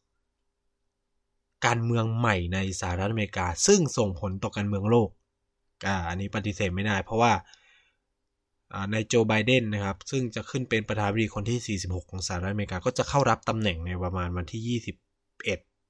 การเมืองใหม่ในสหรัฐอเมริกาซึ่งส่งผลต่อการเมืองโลกอ่าอันนี้ปฏิเสธไม่ได้เพราะว่าในโจไบเดนนะครับซึ่งจะขึ้นเป็นประธานาธิบดีคนที่สี่สิบหกของสหรัฐอเมริกาก็จะเข้ารับตำแหน่งในประมาณวันที่ยี่สิบเอ็ด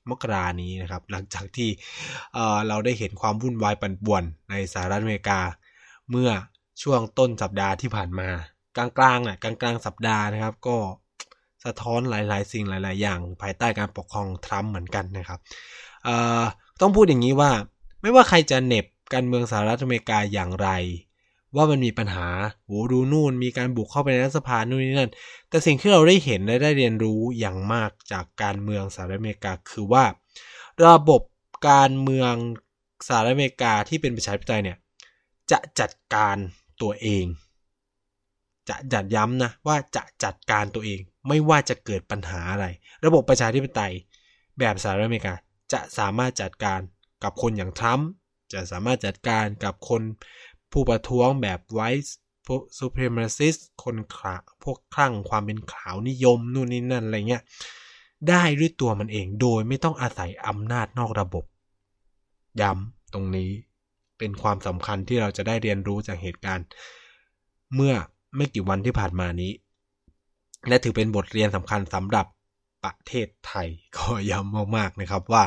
มกรานี้นะครับหลังจากที่เอ่อเราได้เห็นความวุ่นวายปั่นป่วนในสหรัฐอเมริกาเมื่อช่วงต้นสัปดาห์ที่ผ่านมากลางๆอ่ะกลางๆสัปดาห์นะครับก็สะท้อนหลายๆสิ่งหลายๆอย่างภายใต้การปกครองทรัมป์เหมือนกันนะครับเอ่อต้องพูดอย่างนี้ว่าไม่ว่าใครจะเหน็บการเมืองสหรัฐอเมริกาอย่างไรว่ามันมีปัญหาโหดูนู่นมีการบุกเข้าไปในรัฐสภานู่นนี่นั่นแต่สิ่งที่เราได้เห็นและได้เรียนรู้อย่างมากจากการเมืองสหรัฐอเมริกาคือว่าระบบการเมืองสหรัฐอเมริกาที่เป็นประชาธิปไตยเนี่ยจะจัดการตัวเองจะจัดย้ำนะว่าจะจัดการตัวเองไม่ว่าจะเกิดปัญหาอะไรระบบประชาธิปไตยแบบสหรัฐอเมริกาจะสามารถจัดการกับคนอย่างทรัมป์จะสามารถจัดการกับคนผู้ประท้วงแบบไวท์ซูเปอร์มาซิสคนขาพวกคลั่งความเป็นขาวนิยมนู่นนี่นั่นอะไรเงี้ยได้ด้วยตัวมันเองโดยไม่ต้องอาศัยอำนาจนอกระบบย้ำตรงนี้เป็นความสำคัญที่เราจะได้เรียนรู้จากเหตุการณ์เมื่อไม่กี่วันที่ผ่านมานี้และถือเป็นบทเรียนสำคัญสำหรับประเทศไทยก็ย้ำมากๆนะครับว่า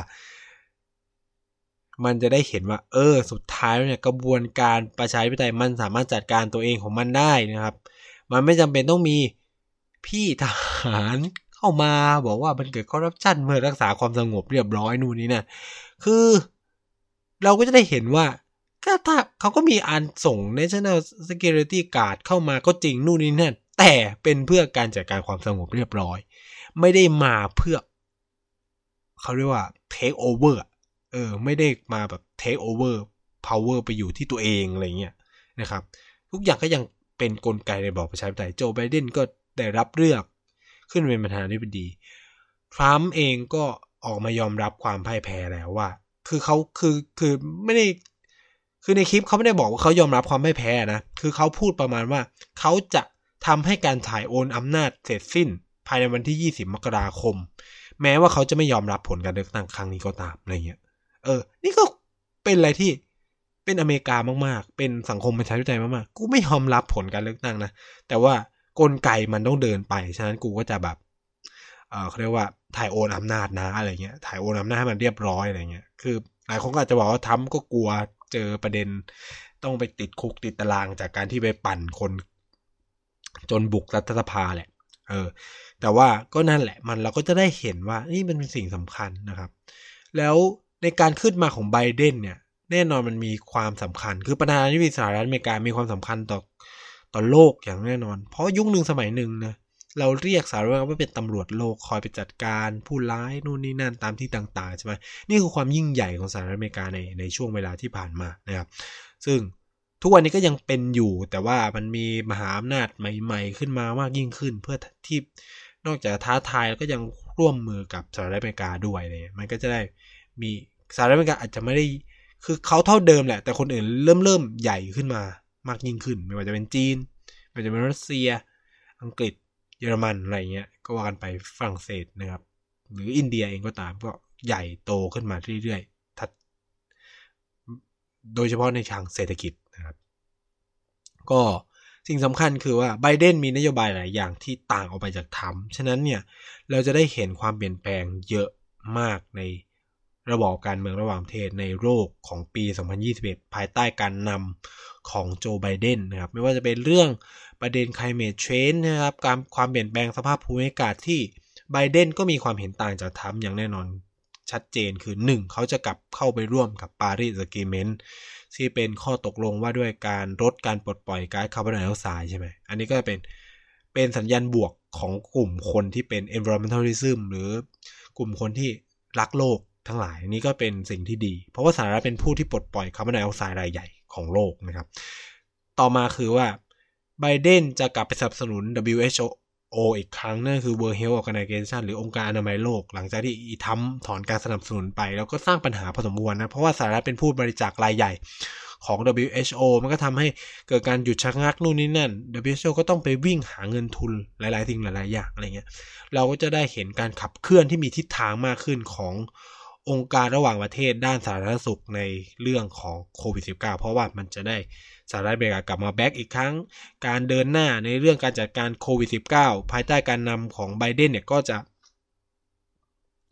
มันจะได้เห็นว่าเออสุดท้ายเนี่ยกระบวนการประชาธิปไตยมันสามารถจัดการตัวเองของมันได้นะครับมันไม่จำเป็นต้องมีพี่ทหารเข้ามาบอกว่ามันเกิดคอร์รัปชันเมื่อรักษาความสงบเรียบร้อยนู่นนี่นั่นคือเราก็จะได้เห็นว่าก็ถ้าเขาก็มีอันส่ง National Security Guard เข้ามาก็จริงนู่นนี่นั่นแต่เป็นเพื่อการจัดการความสงบเรียบร้อยไม่ได้มาเพื่อเขาเรียกว่า take overเออไม่ได้มาแบบ take over power ไปอยู่ที่ตัวเองอะไรเงี้ยนะครับทุกอย่างก็ยังเป็นกลไกในระบอบประชาธิปไตยโจไบเดนก็ได้รับเลือกขึ้นเป็นประธานาธิบดีทรัมป์เองก็ออกมายอมรับความพ่ายแพ้แล้วว่าคือเขาคือคือไม่ได้คือในคลิปเขาไม่ได้บอกว่าเขายอมรับความพ่ายแพ้นะคือเขาพูดประมาณว่าเขาจะทำให้การถ่ายโอนอำนาจเสร็จสิ้นภายในวันที่ยี่สิบมกราคมแม้ว่าเขาจะไม่ยอมรับผลการเลือกตั้งครั้งนี้ก็ตามอะไรเงี้ยเออนี่ก็เป็นอะไรที่เป็นอเมริกามากๆเป็นสังคมประชาธิปไตยมากๆกูไม่ยอมรับผลการเลือกตั้งนะแต่ว่ากลไกมันต้องเดินไปฉะนั้นกูก็จะแบบเออเขาเรียกว่าถ่ายโอนอำนาจนะอะไรเงี้ยถ่ายโอนอำนาจให้มันเรียบร้อยอะไรเงี้ยคือหลายคนก็อาจจะบอกว่าทรัมป์ก็กลัวเจอประเด็นต้องไปติดคุกติดตารางจากการที่ไปปั่นคนจนบุกรัฐสภาแหละเออแต่ว่าก็นั่นแหละมันเราก็จะได้เห็นว่านี่มันเป็นสิ่งสำคัญนะครับแล้วในการขึ้นมาของไบเดนเนี่ยแน่นอนมันมีความสำคัญคือประธานาธิบดีสหรัฐอเมริกามีความสำคัญต่อต่อโลกอย่างแน่นอนเพราะยุคนึงสมัยหนึ่งนะเราเรียกสหรัฐอเมริกาว่าเป็นตำรวจโลกคอยไปจัดการผู้ร้ายนู่นนี่นั่นตามที่ต่างๆใช่ไหมนี่คือความยิ่งใหญ่ของสหรัฐอเมริกาในในช่วงเวลาที่ผ่านมานะครับซึ่งทุกวันนี้ก็ยังเป็นอยู่แต่ว่ามันมีมหาอำนาจใหม่ๆขึ้นมามากยิ่งขึ้นเพื่อที่นอกจากท้าทายแล้วก็ยังร่วมมือกับสหรัฐอเมริกาด้วยเลยมันก็จะได้มีสหรัฐอเมริกาอาจจะไม่ได้คือเขาเท่าเดิมแหละแต่คนอื่นเริ่มเริ่มใหญ่ขึ้นมามากยิ่งขึ้นไม่ว่าจะเป็นจีนไม่ว่าจะเป็นรัสเซียอังกฤษเยอรมันอะไรเงี้ยก็ว่ากันไปฝรั่งเศสนะครับหรืออินเดียเองก็ตามก็ใหญ่โตขึ้นมาเรื่อยๆทัดโดยเฉพาะในทางเศรษฐกิจนะครับก็สิ่งสำคัญคือว่าไบเดนมีนโยบายหลายอย่างที่ต่างออกไปจากทรัมป์ฉะนั้นเนี่ยเราจะได้เห็นความเปลี่ยนแปลงเยอะมากในระบอบการเมืองระหว่างประเทศในโลกของปีสองพันยี่สิบเอ็ดภายใต้การนำของโจไบเดนนะครับไม่ว่าจะเป็นเรื่องประเด็น climate change นะครับการความเปลี่ยนแปลงสภาพภูมิอากาศที่ไบเดนก็มีความเห็นต่างจากทรัมป์อย่างแน่นอนชัดเจนคือหนึ่งเขาจะกลับเข้าไปร่วมกับ Paris Agreement ที่เป็นข้อตกลงว่าด้วยการลดการปลดปล่อยก๊าซคาร์บอนไดออกไซด์ใช่ไหมอันนี้ก็เป็นเป็นสัญญาณบวกของกลุ่มคนที่เป็น environmentalism หรือกลุ่มคนที่รักโลกทั้งหลายนี้ก็เป็นสิ่งที่ดีเพราะว่าสหรัฐเป็นผู้ที่ปลดปล่อยคาร์บอนไดออกไซด์รายใหญ่ของโลกนะครับต่อมาคือว่าไบเดนจะกลับไปสนับสนุน ดับเบิลยู เอช โอ อีกครั้งนั่นคือ World Health Organization หรือองค์การอนามัยโลกหลังจากที่อีทรัมป์ถอนการสนับสนุนไปแล้วก็สร้างปัญหาพอสมควรนะเพราะว่าสหรัฐเป็นผู้บริจาครายใหญ่ของ ดับเบิลยู เอช โอ มันก็ทำให้เกิดการหยุดชะงักนู่นนี่นั่น ดับเบิลยู เอช โอ ก็ต้องไปวิ่งหาเงินทุนหลายๆสิ่งหลายๆอย่างอะไรเงี้ยเราก็จะได้เห็นการขับเคลื่อนที่มีทิศทางมากขึ้นขององค์การระหว่างประเทศด้านสาธารณสุขในเรื่องของโควิด สิบเก้า เพราะว่ามันจะได้สหรัฐอเมริกากลับมาแบ็กอีกครั้งการเดินหน้าในเรื่องการจัดการโควิด สิบเก้า ภายใต้การนำของไบเดนเนี่ยก็จะ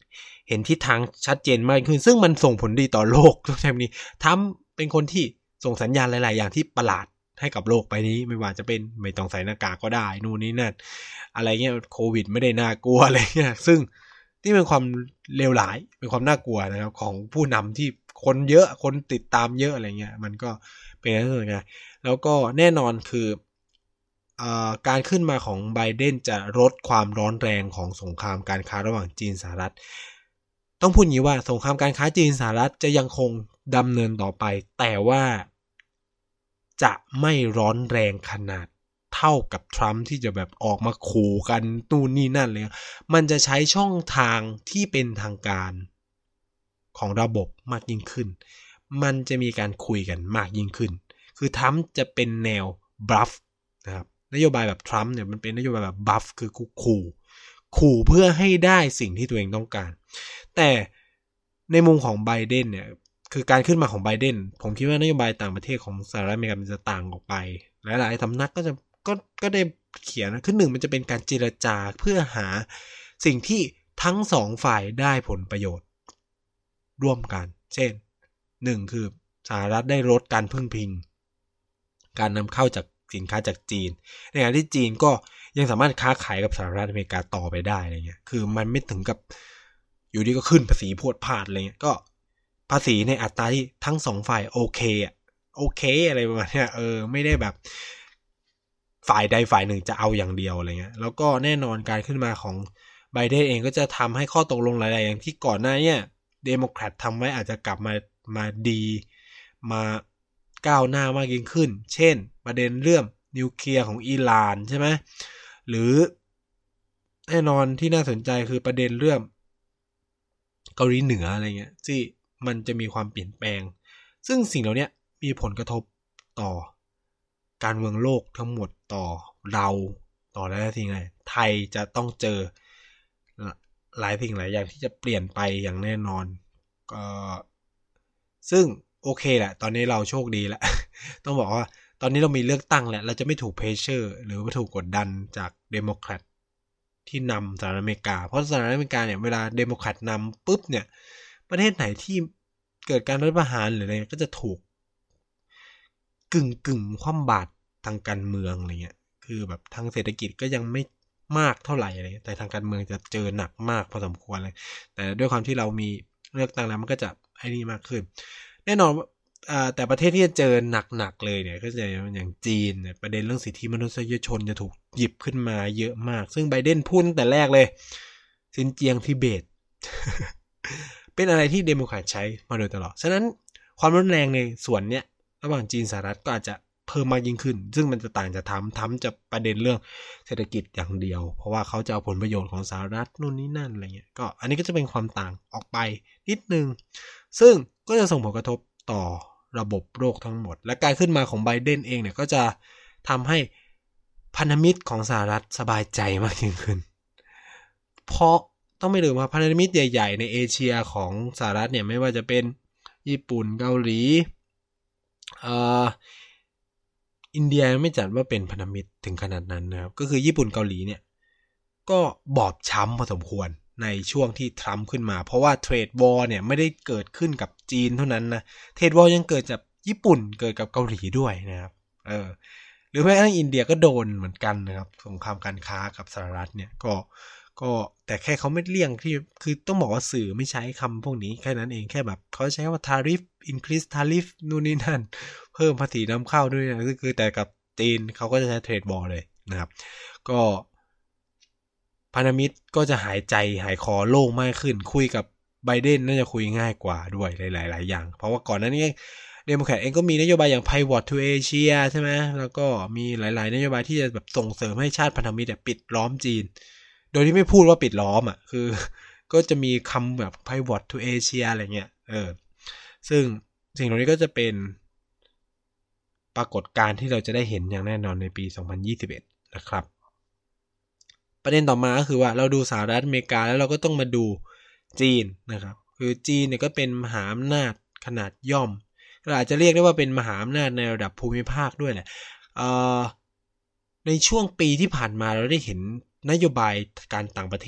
เห็นทิศทางชัดเจนมากขึ้นซึ่งมันส่งผลดีต่อโลกต้องใช้คำนี้ทำเป็นคนที่ส่งสัญญาณหลายๆอย่างที่ประหลาดให้กับโลกไปนี้ไม่ว่าจะเป็นไม่ต้องใส่หน้ากากก็ได้นู่นนี่นั่นอะไรเงี้ยโควิดไม่ได้น่ากลัวอะไรเงี้ยซึ่งที่เป็นความเลวร้ายเป็นความน่ากลัวนะครับของผู้นำที่คนเยอะคนติดตามเยอะอะไรเงี้ยมันก็เป็นอะไรที่ไงแล้วก็แน่นอนคือการขึ้นมาของไบเดนจะลดความร้อนแรงของสงครามการค้าระหว่างจีนสหรัฐต้องพูดอย่างนี้ว่าสงครามการค้าจีนสหรัฐจะยังคงดำเนินต่อไปแต่ว่าจะไม่ร้อนแรงขนาดเท่ากับทรัมป์ที่จะแบบออกมาขู่กันนู่นนี่นั่นเลยมันจะใช้ช่องทางที่เป็นทางการของระบบมากยิ่งขึ้นมันจะมีการคุยกันมากยิ่งขึ้นคือทรัมป์จะเป็นแนวบลัฟนะครับนโยบายแบบทรัมป์เนี่ยมันเป็นนโยบายแบบบลัฟคือขู่ขู่เพื่อให้ได้สิ่งที่ตัวเองต้องการแต่ในมุมของไบเดนเนี่ยคือการขึ้นมาของไบเดนผมคิดว่านโยบายต่างประเทศของสหรัฐอเมริกามันจะต่างออกไปหลายๆสำนักก็จะก็ก็ได้เขียนนะคือหนึ่งมันจะเป็นการเจรจาเพื่อหาสิ่งที่ทั้งสองฝ่ายได้ผลประโยชน์ร่วมกันเช่นหนึ่งคือสหรัฐได้ลดการพึ่งพิงการนำเข้าจากสินค้าจากจีนในขณะที่จีนก็ยังสามารถค้าขายกับสหรัฐอเมริกาต่อไปได้อะไรเงี้ยคือมันไม่ถึงกับอยู่ดีก็ขึ้นภาษีพรวดพลาดอะไรเงี้ยก็ภาษีในอัตราที่ทั้งสองฝ่ายโอเคอ่ะโอเคอะไรประมาณนี้เออไม่ได้แบบฝ่ายใดฝ่ายหนึ่งจะเอาอย่างเดียวอะไรเงี้ยแล้วก็แน่นอนการขึ้นมาของไบเดนเองก็จะทำให้ข้อตกลงหลายๆอย่างที่ก่อนหน้านี้เดโมแครตทำไว้อาจจะกลับมามาดีมาก้าวหน้ามากยิ่งขึ้นเช่นประเด็นเรื่องนิวเคลียร์ของอิหร่านใช่ไหมหรือแน่นอนที่น่าสนใจคือประเด็นเรื่องเกาหลีเหนืออะไรเงี้ยที่มันจะมีความเปลี่ยนแปลงซึ่งสิ่งเหล่านี้มีผลกระทบต่อการเมืองโลกทั้งหมดต่อเราต่อหลายสิ่งเลยไทยจะต้องเจอหลายสิ่งหลายอย่างที่จะเปลี่ยนไปอย่างแน่นอนก็ซึ่งโอเคแหละตอนนี้เราโชคดีแล้วต้องบอกว่าตอนนี้เรามีเลือกตั้งแล้วเราจะไม่ถูกเพรสเชอร์หรือไม่ถูกกดดันจากเดโมแครตที่นำสหรัฐอเมริกาเพราะสหรัฐอเมริกาเนี่ยเวลาเดโมแครตนำปุ๊บเนี่ยประเทศไหนที่เกิดการรัฐประหารหรืออะไรก็จะถูกกึ่งกึ่งคว่ำบาตรทางการเมืองอะไรเงี้ยคือแบบทางเศรษฐกิจก็ยังไม่มากเท่าไหร่อะไรแต่ทางการเมืองจะเจอหนักมากพอสมควรเลยแต่ด้วยความที่เรามีเลือกตั้งแล้วมันก็จะให้นี่มากขึ้นแน่นอนแต่ประเทศที่จะเจอหนักๆเลยเนี่ยก็จะอย่างจีนเนี่ยประเด็นเรื่องสิทธิมนุษยชนจะถูกหยิบขึ้นมาเยอะมากซึ่งไบเดนพูดตั้งแต่แรกเลยซินเจียงทิเบต เป็นอะไรที่เดโมแครตใช้มาโดยตลอดฉะนั้นความรุนแรงในส่วนเนี้ยระหว่างจีนสหรัฐก็อาจจะเพิ่มมากยิ่งขึ้นซึ่งมันจะต่างจากทรัมป์ทรัมป์จะประเด็นเรื่องเศรษฐกิจอย่างเดียวเพราะว่าเขาจะเอาผลประโยชน์ของสหรัฐนู่นนี่นั่นอะไรเงี้ยก็อันนี้ก็จะเป็นความต่างออกไปนิดนึงซึ่งก็จะส่งผลกระทบต่อระบบโลกทั้งหมดและการขึ้นมาของไบเดนเองเนี่ยก็จะทำให้พันธมิตรของสหรัฐสบายใจมากยิ่งขึ้นเพราะต้องไม่ลืมว่าพันธมิตรใหญ่ๆในเอเชียของสหรัฐเนี่ยไม่ว่าจะเป็นญี่ปุ่นเกาหลีเอ่ออินเดียไม่จัดว่าเป็นพันธมิตรถึงขนาดนั้นนะครับก็คือญี่ปุ่นเกาหลีเนี่ยก็บอบช้ำพอสมควรในช่วงที่ทรัมป์ขึ้นมาเพราะว่าเทรดวอร์เนี่ยไม่ได้เกิดขึ้นกับจีนเท่านั้นนะเทรดวอร์ยังเกิดจากญี่ปุ่นเกิดกับเกาหลีด้วยนะครับเออหรือแม้กระทั่งอินเดียก็โดนเหมือนกันนะครับสงครามการค้ากับสหรัฐเนี่ยก็ก็แต่แค่เขาไม่เลี่ยงที่คือต้องบอกว่าสื่อไม่ใช้คำพวกนี้แค่นั้นเองแค่แบบเขาใช้ว่า tariff increase tariff นู่นนี่นั่นเพิ่มภาษีนำเข้าด้วยนะก็คือแต่กับจีนเขาก็จะใช้เทรดวอร์เลยนะครับก็พันธมิตรก็จะหายใจหายคอโล่งมากขึ้นคุยกับไบเดนน่าจะคุยง่ายกว่าด้วยหลายๆอย่างเพราะว่าก่อนหน้านี้เดโมแครตเองก็มีนโยบายอย่าง Pivot to Asia ใช่ไหมแล้วก็มีหลายๆนโยบายที่จะแบบส่งเสริมให้ชาติพันธมิตรปิดล้อมจีนโดยที่ไม่พูดว่าปิดล้อมอ่ะคือก็จะมีคำแบบ Pivot to Asia อะไรเงี้ยเออซึ่งสิ่งเหล่านี้ก็จะเป็นปรากฏการณ์ที่เราจะได้เห็นอย่างแน่นอนในปีสองพันยี่สิบเอ็ดนะครับประเด็นต่อมาก็คือว่าเราดูสหรัฐอเมริกาแล้วเราก็ต้องมาดูจีนนะครับคือจีนเนี่ยก็เป็นมหาอำนาจขนาดย่อมเราอาจจะเรียกได้ว่าเป็นมหาอำนาจในระดับภูมิภาคด้วยแหละเอ่อในช่วงปีที่ผ่านมาเราได้เห็นนโยบายการต่างประเทศ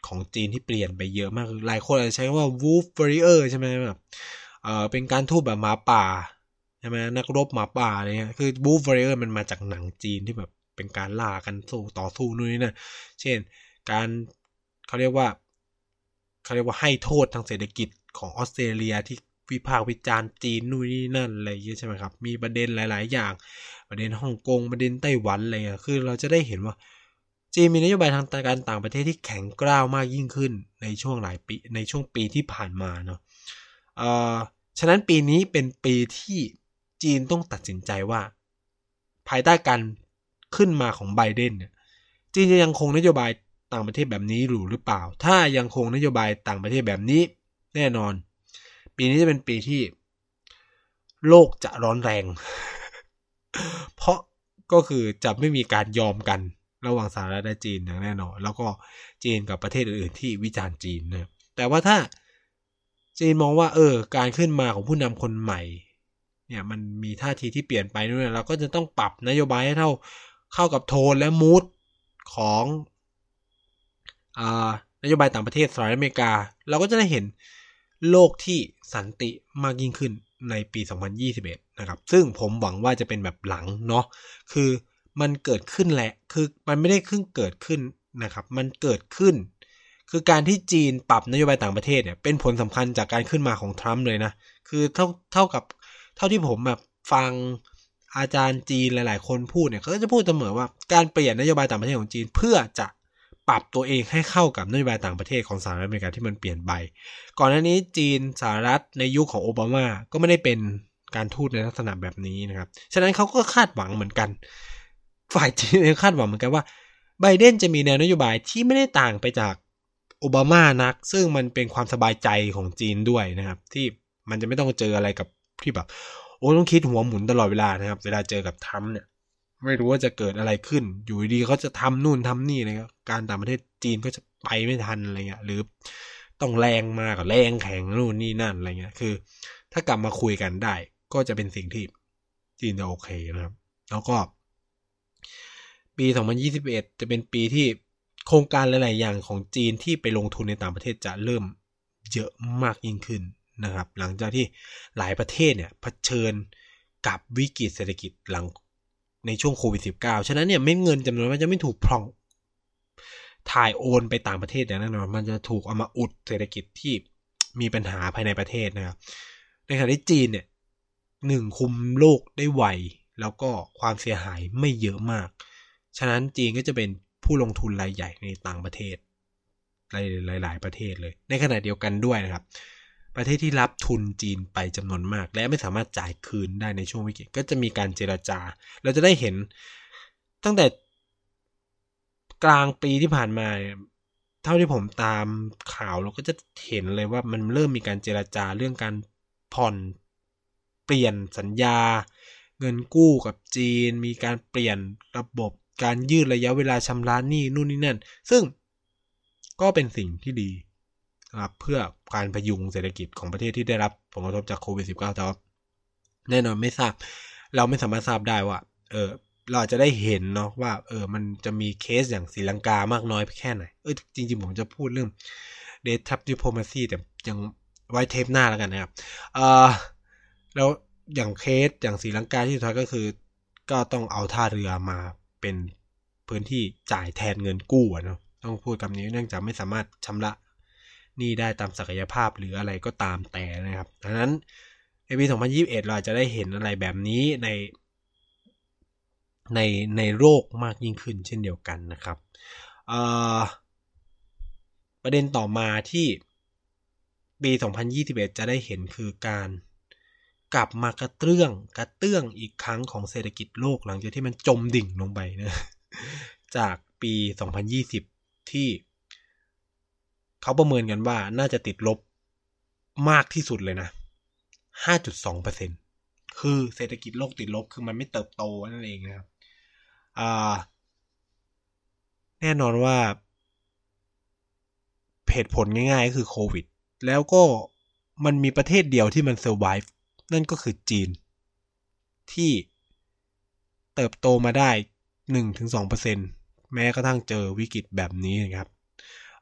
ของจีนที่เปลี่ยนไปเยอะมากหลายคนอาจจะใช้คำว่า wolf warrior ใช่ไหมแบบเออเป็นการทูตแบบหมาป่าใช่ไหมนักรบหมาป่าอะไรเงี้ยคือ wolf warrior มันมาจากหนังจีนที่แบบเป็นการล่ากันสู้ต่อสู้นู่นนี่นั่นเช่นการเขาเรียกว่าเขาเรียกว่าให้โทษทางเศรษฐกิจของออสเตรเลียที่วิพากษ์วิจารณ์จีนนู่นนี่นั่นอะไรอย่างเงี้ยใช่ไหมครับมีประเด็นหลายๆอย่างประเด็นฮ่องกงประเด็นไต้หวันอะไรเงี้ยคือเราจะได้เห็นว่าจีนมีนโยบายทางการต่างประเทศที่แข็งกร้าวมากยิ่งขึ้นในช่วงหลายปีในช่วงปีที่ผ่านมาเนาะเอ่อฉะนั้นปีนี้เป็นปีที่จีนต้องตัดสินใจว่าภายใต้การขึ้นมาของไบเดนเนี่ยจีนจะยังคงนโยบายต่างประเทศแบบนี้หรือหรือเปล่าถ้ายังคงนโยบายต่างประเทศแบบนี้แน่นอนปีนี้จะเป็นปีที่โลกจะร้อนแรง เพราะก็คือจะไม่มีการยอมกันระหว่างสหรัฐและจีนอย่างแน่นอนแล้วก็จีนกับประเทศอื่นๆที่วิจารณ์จีนนะแต่ว่าถ้าจีนมองว่าเออการขึ้นมาของผู้นำคนใหม่เนี่ยมันมีท่าทีที่เปลี่ยนไปนู่นเราก็จะต้องปรับนโยบายให้เท่าเข้ากับโทนและมูดของอ่านโยบายต่างประเทศสหรัฐอเมริกาเราก็จะได้เห็นโลกที่สันติมากยิ่งขึ้นในปีสองพันยี่สิบเอ็ดนะครับซึ่งผมหวังว่าจะเป็นแบบหลังเนาะคือมันเกิดขึ้นแหละคือมันไม่ได้เพิ่งเกิดขึ้นนะครับมันเกิดขึ้นคือการที่จีนปรับนโยบายต่างประเทศเนี่ยเป็นผลสำคัญจากการขึ้นมาของทรัมป์เลยนะคือเท่าเท่ากับเท่าที่ผมแบบฟังอาจารย์จีนหลายๆคนพูดเนี่ยเขาก็จะพูดเสมอว่าการเปลี่ยนนโยบายต่างประเทศของจีนเพื่อจะปรับตัวเองให้เข้ากับนโยบายต่างประเทศของสหรัฐอเมริกาที่มันเปลี่ยนไปก่อนหน้านี้จีนสหรัฐในยุคของโอบามาก็ไม่ได้เป็นการทูตในลักษณะแบบนี้นะครับฉะนั้นเขาก็คาดหวังเหมือนกันฝ่ายจีนเองคาดหวังเหมือนกันว่าไบเดนจะมีแนวนโยบายที่ไม่ได้ต่างไปจากโอบามานักซึ่งมันเป็นความสบายใจของจีนด้วยนะครับที่มันจะไม่ต้องเจออะไรกับที่แบบโอ้ต้องคิดหัวหมุนตลอดเวลานะครับเวลาเจอกับทรัมป์เนี่ยไม่รู้ว่าจะเกิดอะไรขึ้นอยู่ดีเขาจะทำนู่นทำนี่นะครับการต่างประเทศจีนก็จะไปไม่ทันอะไรเงี้ยหรือต้องแรงมากกับแรงแข็งนู่นนี่นั่นอะไรเงี้ยคือถ้ากลับมาคุยกันได้ก็จะเป็นสิ่งที่จีนจะโอเคนะครับแล้วก็ปีสองพันยี่สิบเอ็ดจะเป็นปีที่โครงการหลายๆอย่างของจีนที่ไปลงทุนในต่างประเทศจะเริ่มเยอะมากยิ่งขึ้นนะครับหลังจากที่หลายประเทศเนี่ยเผชิญกับวิกฤตเศรษฐกิจหลังในช่วงโควิด สิบเก้า ฉะนั้นเนี่ยเม็ดเงินจำนวนมันจะไม่ถูกพร่องถ่ายโอนไปต่างประเทศอย่างแน่นอนมันจะถูกเอามาอุดเศรษฐกิจที่มีปัญหาภายในประเทศนะครับในขณะที่จีนเนี่ยหนึ่งคุมโลกได้ไวแล้วก็ความเสียหายไม่เยอะมากฉะนั้นจีนก็จะเป็นผู้ลงทุนรายใหญ่ในต่างประเทศหลายๆประเทศเลยในขณะเดียวกันด้วยนะครับประเทศที่รับทุนจีนไปจำนวนมากและไม่สามารถจ่ายคืนได้ในช่วงวิกฤตก็จะมีการเจรจาเราจะได้เห็นตั้งแต่กลางปีที่ผ่านมาเท่าที่ผมตามข่าวเราก็จะเห็นเลยว่ามันเริ่มมีการเจรจาเรื่องการผ่อนเปลี่ยนสัญญาเงินกู้กับจีนมีการเปลี่ยนระบบการยืดระยะเวลาชำระหนี้นู่นนี่นั่นซึ่งก็เป็นสิ่งที่ดีนะครับเพื่อการพยุงเศรษฐกิจของประเทศที่ได้รับผลกระทบจากโควิด สิบเก้า แต่ว่าแน่นอนไม่ทราบเราไม่สามารถทราบได้ว่าเออเราจะได้เห็นเนาะว่าเออมันจะมีเคสอย่างศรีลังกามากน้อยแค่ไหนเออจริงๆผมจะพูดเรื่อง Date Trap Diplomacy แต่ยังไว้เทปหน้าแล้วกันนะครับเออแล้วอย่างเคสอย่างศรีลังกาที่สุดท้ายก็คือก็ต้องเอาท่าเรือมาเป็นพื้นที่จ่ายแทนเงินกู้เนาะต้องพูดคำนี้เนื่องจากไม่สามารถชำระหนี้ได้ตามศักยภาพหรืออะไรก็ตามแต่นะครับดังนั้นในปีสองพันยี่สิบเอ็ดเราจะได้เห็นอะไรแบบนี้ในในในโลกมากยิ่งขึ้นเช่นเดียวกันนะครับประเด็นต่อมาที่ปีสองพันยี่สิบเอ็ดจะได้เห็นคือการกลับมากระเตื้องกระเตื้องอีกครั้งของเศรษฐกิจโลกหลังจากที่มันจมดิ่งลงไปนะจากปีสองพันยี่สิบที่เขาประเมินกันว่าน่าจะติดลบมากที่สุดเลยนะ ห้าจุดสองเปอร์เซ็นต์ คือเศรษฐกิจโลกติดลบคือมันไม่เติบโตนั่นเองนะครับอ่าแน่นอนว่าเหตุผลง่ายๆก็คือโควิดแล้วก็มันมีประเทศเดียวที่มันเซอร์ไวฟ์นั่นก็คือจีนที่เติบโตมาได้ หนึ่งถึงสองเปอร์เซ็นต์ แม้กระทั่งเจอวิกฤตแบบนี้นะครับ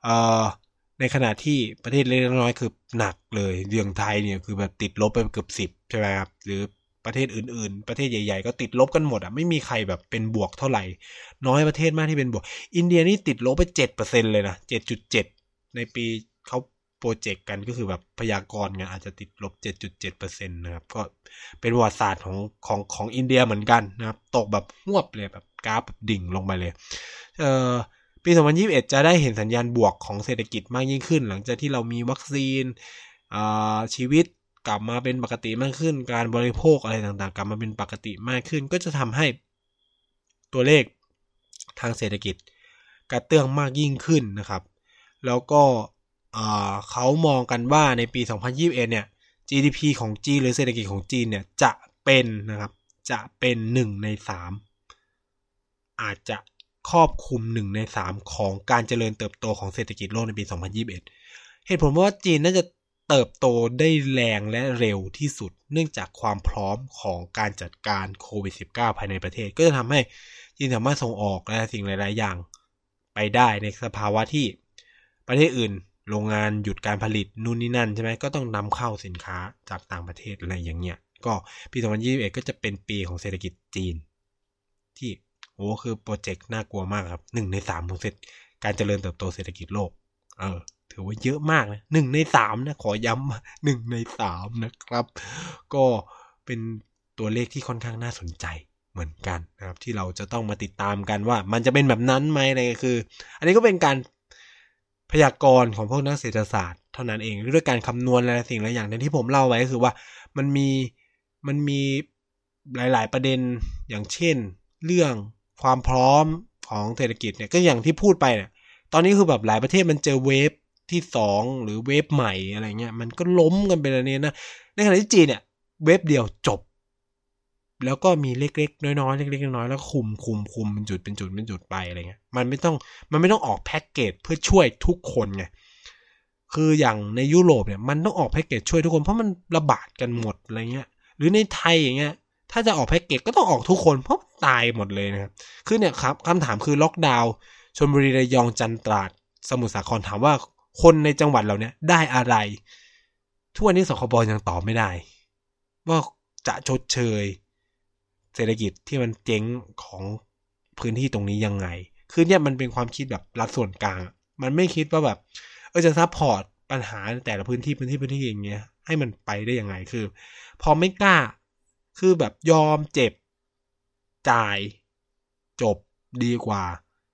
เอ่อในขณะที่ประเทศเล็กน้อยคือหนักเลยเรื่องไทยเนี่ยคือแบบติดลบไปเกือบสิบใช่ไหมครับหรือประเทศอื่นๆประเทศใหญ่ๆก็ติดลบกันหมดอ่ะไม่มีใครแบบเป็นบวกเท่าไหร่น้อยประเทศมากที่เป็นบวกอินเดียนี่ติดลบไป เจ็ดเปอร์เซ็นต์ เลยนะ เจ็ดจุดเจ็ด ในปีเขาโปรเจกต์กันก็คือแบบพยากรณ์กันอาจจะติดลบ เจ็ดจุดเจ็ดเปอร์เซ็นต์ นะครับก็เป็นประวัติศาสตร์ของของของอินเดียเหมือนกันนะครับตกแบบหวบเลยแบบกราฟแบบดิ่งลงไปเลยเอ่อปีสองพันยี่สิบเอ็ดจะได้เห็นสัญญาณบวกของเศรษฐกิจมากยิ่งขึ้นหลังจากที่เรามีวัคซีนชีวิตกลับมาเป็นปกติมากขึ้นการบริโภคอะไรต่างๆกลับมาเป็นปกติมากขึ้นก็จะทำให้ตัวเลขทางเศรษฐกิจกระเตื้องมากยิ่งขึ้นนะครับแล้วก็เขามองกันว่าในปีสองพันยี่สิบเอ็ดเนี่ย จี ดี พี ของจีนหรือเศรษฐกิจของจีนเนี่ยจะเป็นนะครับจะเป็นหนึ่งในสามอาจจะครอบคลุมหนึ่งในสามของการเจริญเติบโตของเศรษฐกิจโลกในปีสองพันยี่สิบเอ็ดเหตุผลว่าจีนน่าจะเติบโตได้แรงและเร็วที่สุดเนื่องจากความพร้อมของการจัดการโควิด สิบเก้า ภายในประเทศก็จะทำให้จีนสามารถส่งออกและสิ่งหลายๆอย่างไปได้ในสภาวะที่ประเทศอื่นโรงงานหยุดการผลิตนู่นนี่นั่นใช่ไหมก็ต้องนำเข้าสินค้าจากต่างประเทศอะไรอย่างเงี้ยก็ปีสองพันยี่สิบเอ็ดก็จะเป็นปีของเศรษฐกิจจีนที่โอ้คือโปรเจกต์น่ากลัวมากครับหนึ่งในสามของเศรษฐการเจริญเติบโตเศรษฐกิจโลกเออถือว่าเยอะมากนะหนึ่งในสามนะขอย้ำหนึ่งในสามนะครับก็เป็นตัวเลขที่ค่อนข้างน่าสนใจเหมือนกันนะครับที่เราจะต้องมาติดตามกันว่ามันจะเป็นแบบนั้นไหมอะไรคือ อันนี้ก็เป็นการพยากรณ์ของพวกนักเศรษฐศาสตร์เท่านั้นเองด้วยการคำนวณอะไรสิ่งหลายอย่างที่ผมเล่าไว้ก็คือว่ามันมีมันมีหลายๆประเด็นอย่างเช่นเรื่องความพร้อมของเศรษฐกิจเนี่ยก็อย่างที่พูดไปเนี่ยตอนนี้คือแบบหลายประเทศมันเจอเวฟที่สองหรือเวฟใหม่อะไรเงี้ยมันก็ล้มกันไปแล้วเนี่ยนะในขณะที่จีนเนี่ยเวฟเดียวจบแล้วก็มีเล็กๆน้อยๆเล็กๆน้อยๆแล้วคุมคุมคุมเป็นจุดเป็นจุดเป็นจุดไปอะไรเงี้ยมันไม่ต้องมันไม่ต้องออกแพ็กเกจเพื่อช่วยทุกคนไงคืออย่างในยุโรปเนี่ยมันต้องออกแพ็กเกจช่วยทุกคนเพราะมันระบาดกันหมดอะไรเงี้ยหรือในไทยอย่างเงี้ยถ้าจะออกแพ็กเกจก็ต้องออกทุกคนเพราะตายหมดเลยนะครับคือเนี่ยครับคำถามคือล็อกดาวน์ชลบุรีระยองจันทร์ตราดสมุทรสาครถามว่าคนในจังหวัดเหล่านี้ได้อะไรทุกวันนี้สคบยังตอบไม่ได้ว่าจะชดเชยเศรษฐกิจที่มันเจ๊งของพื้นที่ตรงนี้ยังไงคือเนี่ยมันเป็นความคิดแบบรัฐส่วนกลางมันไม่คิดว่าแบบเออจะซัพพอร์ตปัญหาแต่ละพื้นที่พื้นที่พื้นที่อย่างเงี้ยให้มันไปได้ยังไงคือพอไม่กล้าคือแบบยอมเจ็บจ่ายจบดีกว่า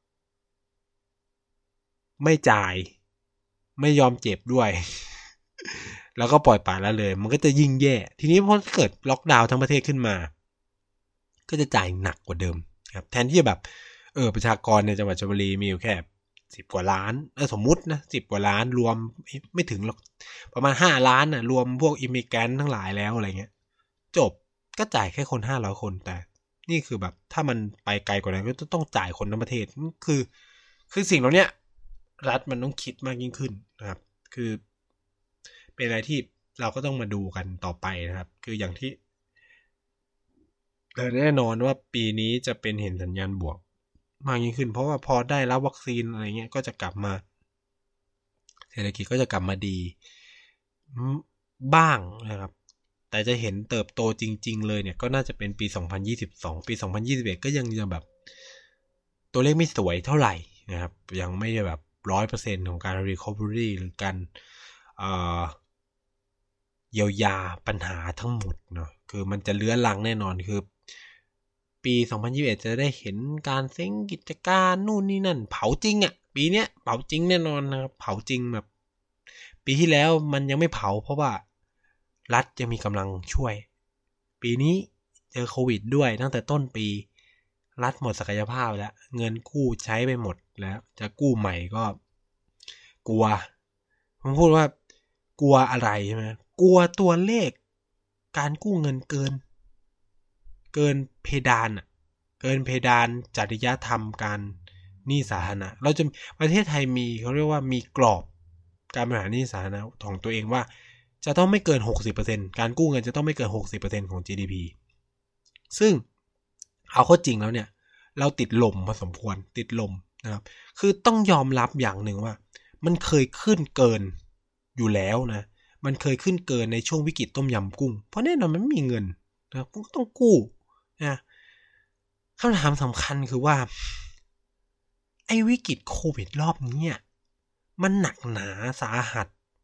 ไม่จ่ายไม่ยอมเจ็บด้วยแล้วก็ปล่อยปละละเลยมันก็จะยิ่งแย่ทีนี้พอเกิดล็อกดาวน์ทั้งประเทศขึ้นมาก็จะจ่ายหนักกว่าเดิมครับแทนที่จะแบบเออประชากรในจังหวัดชลบุรีมีอยู่แค่สิบกว่าล้านเออสมมุตินะสิบกว่าล้านรวมไม่ถึงหรอกประมาณห้าล้านน่ะรวมพวกอิมิเกรนต์ทั้งหลายแล้วอะไรเงี้ยจบก็จ่ายแค่คนห้าร้อยคนแต่นี่คือแบบถ้ามันไปไกลกว่านั้นก็ต้องจ่ายคนทั้งประเทศคือคือสิ่งเหล่านี้รัฐมันต้องคิดมากยิ่งขึ้นนะครับคือเป็นอะไรที่เราก็ต้องมาดูกันต่อไปนะครับคืออย่างที่แต่แน่นอนว่าปีนี้จะเป็นเห็นสัญญาณบวกมากยิ่งขึ้นเพราะว่าพอได้รับวัคซีนอะไรเงี้ยก็จะกลับมาเศรษฐกิจก็จะกลับมาดีบ้างนะครับแต่จะเห็นเติบโตจริงๆเลยเนี่ยก็น่าจะเป็นปีสองพันยี่สิบสองปีสองพันยี่สิบเอ็ดก็ยังจะแบบตัวเลขไม่สวยเท่าไหร่นะครับยังไม่ได้แบบ ร้อยเปอร์เซ็นต์ ของการ recovery หรือการเอ่อเยียวยาปัญหาทั้งหมดเนาะคือมันจะเลื้อรังแน่นอนคือปีสองพันยี่สิบเอ็ดจะได้เห็นการเซ้งกิจการนู่นนี่นั่นเผาจริงอ่ะปีเนี้ยเผาจริงแน่นอนนะครับเผาจริงแบบปีที่แล้วมันยังไม่เผาเพราะว่ารัฐยังมีกำลังช่วยปีนี้เจอโควิดด้วยตั้งแต่ต้นปีรัฐหมดศักยภาพแล้วเงินกู้ใช้ไปหมดแล้วจะกู้ใหม่ก็กลัวผมพูดว่ากลัวอะไรใช่ไหมกลัวตัวเลขการกู้เงินเกินเกินเพดานอ่ะเกินเพดานจริยธรรมการหนี้สาธารณะเราจะประเทศไทยมีเขาเรียกว่ามีกรอบการบริหารหนี้สาธารณะของตัวเองว่าจะต้องไม่เกิน หกสิบเปอร์เซ็นต์ การกู้เงินจะต้องไม่เกิน หกสิบเปอร์เซ็นต์ ของ จี ดี พี ซึ่งเอาเข้าจริงแล้วเนี่ยเราติดลมพอสมควรติดลมนะครับคือต้องยอมรับอย่างหนึ่งว่ามันเคยขึ้นเกินอยู่แล้วนะมันเคยขึ้นเกินในช่วงวิกฤตต้มยำกุ้งเพราะแน่นอนมันไม่มีเงินนะก็ต้องกู้นะคำถามสำคัญคือว่าไอ้วิกฤตโควิดรอบนี้มันหนักหนาสาหัส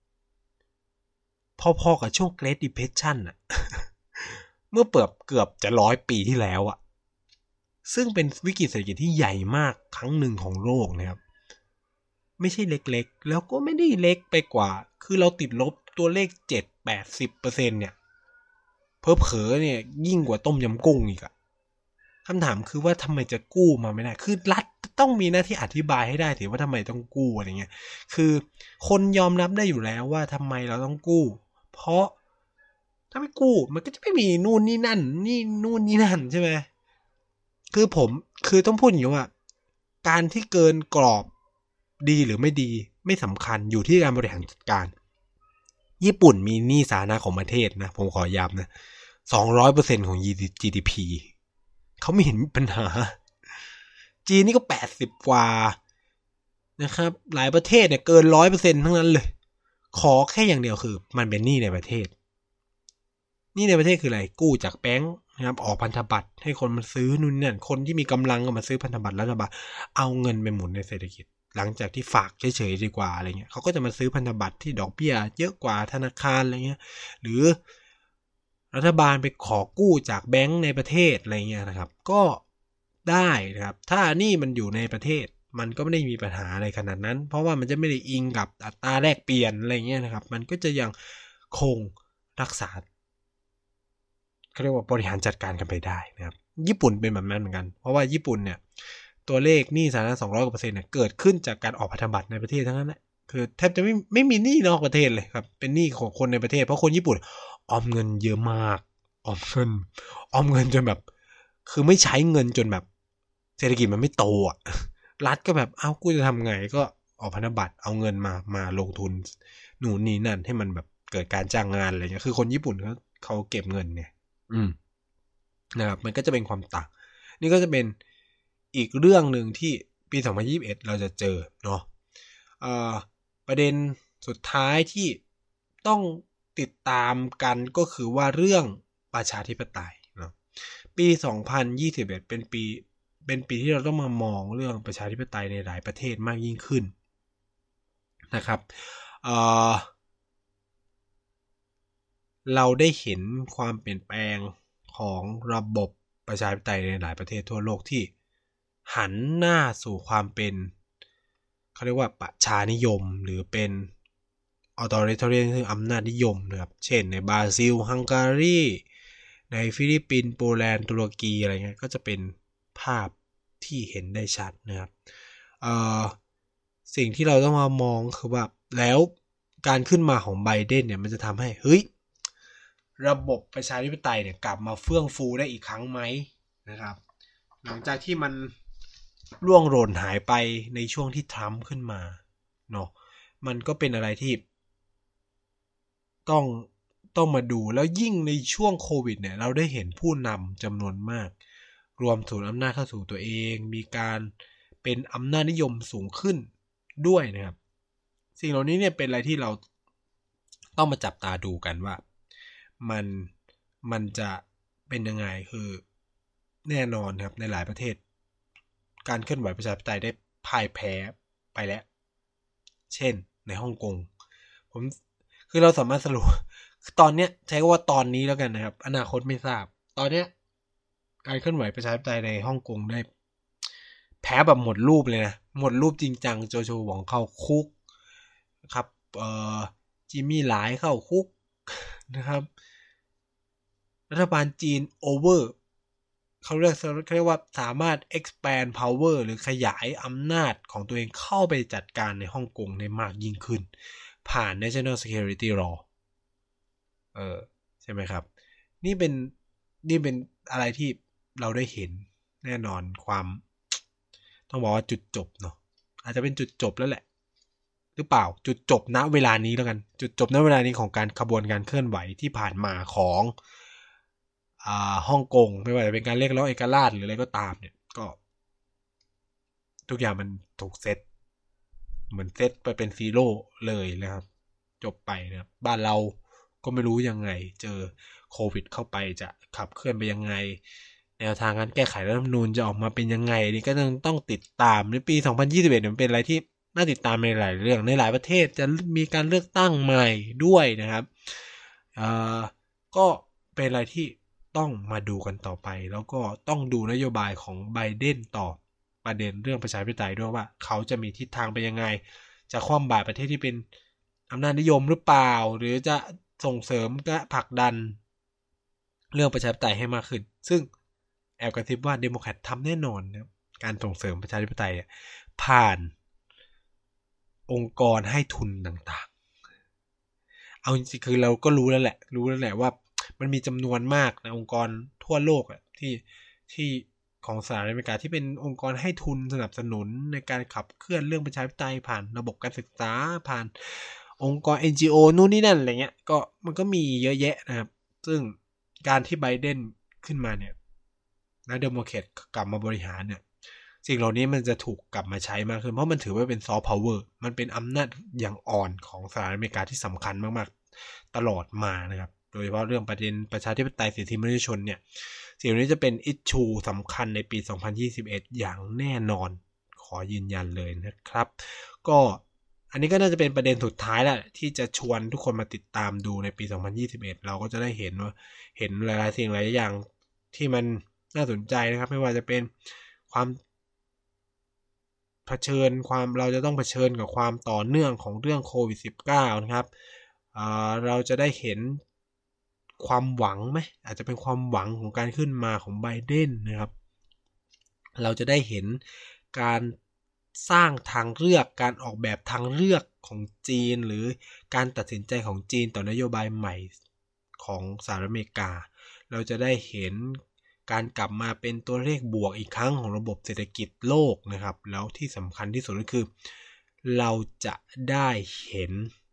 พอๆกับช่วง Great Depression อะ เมื่อเปิดเกือบจะร้อยปีที่แล้วอะซึ่งเป็นวิกฤตเศรษฐกิจที่ใหญ่มากครั้งหนึ่งของโลกนะครับไม่ใช่เล็กๆแล้วก็ไม่ได้เล็กไปกว่าคือเราติดลบตัวเลข เจ็ด แปดสิบเปอร์เซ็นต์ เนี่ยเผลอๆเนี่ยยิ่งกว่าต้มยำกุ้งอีกอะคำถามคือว่าทำไมจะกู้มาไม่ได้คือรัฐต้องมีหน้าที่อธิบายให้ได้ถือว่าทำไมต้องกู้อะไรเงี้ยคือคนยอมรับได้อยู่แล้วว่าทำไมเราต้องกู้เพราะถ้าไม่กู้มันก็จะไม่มีนู่นนี่นั่นนี่นู่นนี่นั่นใช่ไหมคือผมคือต้องพูดอย่างนี้ว่าการที่เกินกรอบดีหรือไม่ดีไม่สำคัญอยู่ที่การบริหารจัดการญี่ปุ่นมีหนี้สาธารณะของประเทศนะผมขอย้ำนะสองร้อยเปอร์เซ็นต์ของ จี ดี พี เขาไม่เห็นปัญหาจีนนี่ก็แปดสิบกว่านะครับหลายประเทศเนี่ยเกินร้อยเปอร์เซ็นต์ทั้งนั้นเลยขอแค่อย่างเดียวคือมันเป็นหนี้ในประเทศหนี้ในประเทศคืออะไรกู้จากแบงค์นะครับออกพันธบัตรให้คนมาซื้อนู่นนี่นั่นคนที่มีกำลังก็มาซื้อพันธบัตรรัฐบาลเอาเงินไปหมุนในเศรษฐกิจหลังจากที่ฝากเฉยๆดีกว่าอะไรเงี้ยเขาก็จะมาซื้อพันธบัตรที่ดอกเบี้ยเยอะกว่าธนาคารอะไรเงี้ยหรือรัฐบาลไปขอกู้จากแบงค์ในประเทศอะไรเงี้ยนะครับก็ได้นะครับถ้านี่มันอยู่ในประเทศมันก็ไม่ได้มีปัญหาอะไรขนาดนั้นเพราะว่ามันจะไม่ได้อิงกับอัตราแลกเปลี่ยนอะไรเงี้ยนะครับมันก็จะยังคงรักษาเขาเรียกว่าบริหารจัดการกันไปได้นะครับญี่ปุ่นเป็นแบบนั้นเหมือนกันเพราะว่าญี่ปุ่นเนี่ยตัวเลขหนี้สาธารณะสองร้อยกว่าเปอร์เซ็นต์เนี่ยเกิดขึ้นจากการออกพันธบัตรในประเทศทั้งนั้นแหละคือแทบจะไม่ไม่มีหนี้นอกประเทศเลยครับเป็นหนี้ของคนในประเทศเพราะคนญี่ปุ่นออมเงินเยอะมากออมเงินออมเงินจนแบบคือไม่ใช้เงินจนแบบเศรษฐกิจมันไม่โตอ่ะรัฐก็แบบเอ้ากูจะทำไงก็ออกพันธบัตรเอาเงินมามาลงทุนหนูนี่นั่นให้มันแบบเกิดการจ้างงานอะไรเงี้ยคือคนญี่ปุ่นเขาเขาเก็บเงินเนี่ยอืมนะครับมันก็จะเป็นความต่างนี่ก็จะเป็นอีกเรื่องหนึ่งที่ปีสองพันยี่สิบเอ็ดเราจะเจอเนาะเอ่อประเด็นสุดท้ายที่ต้องติดตามกันก็คือว่าเรื่องประชาธิปไตยเนาะปีสองพันยี่สิบเอ็ดเป็นปีเป็นปีที่เราต้องมามองเรื่องประชาธิปไตยในหลายประเทศมากยิ่งขึ้นนะครับเอ่อเราได้เห็นความเปลี่ยนแปลงของระบบประชาธิปไตยในหลายประเทศทั่วโลกที่หันหน้าสู่ความเป็นเขาเรียกว่าประชานิยมหรือเป็น authoritarian คืออำนาจนิยมนะครับเช่นในบราซิลฮังการีในฟิลิปปินส์โปแลนด์ตุรกีอะไรเงี้ยก็จะเป็นภาพที่เห็นได้ชัดนะครับเอ่อสิ่งที่เราต้องมามองคือว่าแล้วการขึ้นมาของไบเดนเนี่ยมันจะทำให้เฮ้ยระบบประชาธิปไตยเนี่ยกลับมาเฟื่องฟูได้อีกครั้งไหมนะครับหลังจากที่มันร่วงหล่นหายไปในช่วงที่ทรัมป์ขึ้นมาเนาะมันก็เป็นอะไรที่ต้องต้องมาดูแล้วยิ่งในช่วงโควิดเนี่ยเราได้เห็นผู้นำจำนวนมากรวมถูนอำนาจเข้าสู่ตัวเองมีการเป็นอำนาจนิยมสูงขึ้นด้วยนะครับสิ่งเหล่านี้เนี่ยเป็นอะไรที่เราต้องมาจับตาดูกันว่ามันมันจะเป็นยังไงคือแน่นอนครับในหลายประเทศการเคลื่อนไหวประชาธิปไตยได้พ่ายแพ้ไปแล้วเช่นในฮ่องกงผมคือเราสามารถสรุปตอนเนี้ยใช้ว่าตอนนี้แล้วกันนะครับอนาคตไม่ทราบตอนเนี้ยการเคลื่อนไหวประชาธิปไตยในฮ่องกงได้แพ้แบบหมดรูปเลยนะหมดรูปจริงจังโจโฉหวังเข้าคุกครับเอ่อจิมมี่หลายเข้าคุกนะครับรัฐบาลจีนโอเวอร์เขาเรียกเขาเรียกว่าสามารถ expand power หรือขยายอำนาจของตัวเองเข้าไปจัดการในฮ่องกงได้มากยิ่งขึ้นผ่าน National Security Law เออใช่ไหมครับนี่เป็นนี่เป็นอะไรที่เราได้เห็นแน่นอนความต้องบอกว่าจุดจบเนาะอาจจะเป็นจุดจบแล้วแหละหรือเปล่าจุดจบณเวลานี้แล้วกันจุดจบณเวลานี้ของการขบวนการเคลื่อนไหวที่ผ่านมาของอ่าฮ่องกงไม่ว่าจะเป็นการเรียกร้องเอกราชหรืออะไรก็ตามเนี่ยก็ทุกอย่างมันถูกเซตเหมือนเซตไปเป็นซีโร่เลยนะครับจบไปนะครับบ้านเราก็ไม่รู้ยังไงเจอโควิดเข้าไปจะขับเคลื่อนไปยังไงแนวทางการแก้ไขรัฐธรรมนูญจะออกมาเป็นยังไงนี่ก็ต้องต้องติดตามในปีสองพันยี่สิบเอ็ดมันเป็นอะไรที่น่าติดตามในหลายเรื่องในหลายประเทศจะมีการเลือกตั้งใหม่ด้วยนะครับอ่าก็เป็นอะไรที่ต้องมาดูกันต่อไปแล้วก็ต้องดูนโยบายของไบเดนต่อประเด็นเรื่องประชาธิปไตยด้วยว่าเขาจะมีทิศทางไปยังไงจะคว่ำบาตรประเทศที่เป็นอำนาจนิยมหรือเปล่าหรือจะส่งเสริมและผลักดันเรื่องประชาธิปไตยให้มากขึ้นซึ่งแอบกระซิบว่าเดโมแครตทำแน่นอนนะการส่งเสริมประชาธิปไตยผ่านองค์กรให้ทุนต่างๆเอาจริงๆคือเราก็รู้แล้วแหละรู้แล้วแหละว่ามันมีจำนวนมากในองค์กรทั่วโลกอะที่ที่ของสหรัฐอเมริกาที่เป็นองค์กรให้ทุนสนับสนุนในการขับเคลื่อนเรื่องประชาธิปไตยผ่านระบบการศึกษาผ่านองค์กร เอ็น จี โอ นู่นนี่นั่นอะไรเงี้ยก็มันก็มีเยอะแยะนะครับซึ่งการที่ไบเดนขึ้นมาเนี่ยและเดโมแครตกลับมาบริหารเนี่ยสิ่งเหล่านี้มันจะถูกกลับมาใช้มากขึ้นเพราะมันถือว่าเป็นซอฟต์พาวเวอร์มันเป็นอำนาจอย่างอ่อนของสหรัฐอเมริกาที่สำคัญมากๆตลอดมานะครับโดยเฉพาะเรื่องประเด็นประชาธิปไตยสิทธิมนุษยชนเนี่ยสิ่งนี้จะเป็นอิชชูสำคัญในปีสองพันยี่สิบเอ็ดอย่างแน่นอนขอยืนยันเลยนะครับก็อันนี้ก็น่าจะเป็นประเด็นสุดท้ายแหละที่จะชวนทุกคนมาติดตามดูในปีสองพันยี่สิบเอ็ดเราก็จะได้เห็นว่าเห็นหลายๆสิ่งหลายอย่างที่มันน่าสนใจนะครับไม่ว่าจะเป็นความเผชิญความเราจะต้องเผชิญกับความต่อเนื่องของเรื่องโควิด สิบเก้า นะครับเราจะได้เห็นความหวังไหมอาจจะเป็นความหวังของการขึ้นมาของไบเดนนะครับเราจะได้เห็นการสร้างทางเลือกการออกแบบทางเลือกของจีนหรือการตัดสินใจของจีนต่อนโยบายใหม่ของสหรัฐอเมริกาเราจะได้เห็นการกลับมาเป็นตัวเลขบวกอีกครั้งของระบบเศรษฐกิจโลกนะครับแล้วที่สำคัญที่สุดก็คือเราจะได้เห็น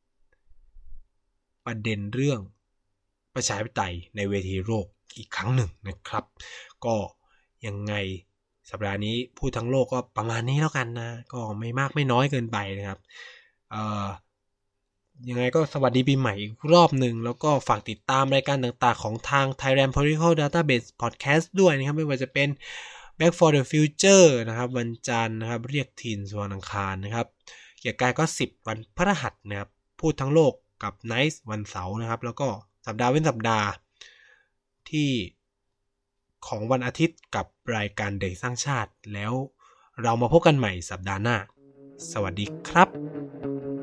ประเด็นเรื่องประชาธิปไตยในเวทีโลกอีกครั้งหนึ่งนะครับก็ยังไงสัปดาห์นี้พูดทั้งโลกก็ประมาณนี้แล้วกันนะก็ไม่มากไม่น้อยเกินไปนะครับเอ่อยังไงก็สวัสดีปีใหม่อีกรอบหนึ่งแล้วก็ฝากติดตามรายการต่างๆของทาง Thailand Political Database Podcast ด้วยนะครับไม่ว่าจะเป็น Back for the Future นะครับวันจันทร์นะครับเรียกทีนวันอังคารนะครับเกียรติกายก็สิบวันพฤหัสนะครับพูดทั้งโลกกับ Nice วันเสาร์นะครับแล้วก็สัปดาห์เว้นสัปดาห์ที่ของวันอาทิตย์กับรายการเด็กสร้างชาติแล้วเรามาพบกันใหม่สัปดาห์หน้าสวัสดีครับ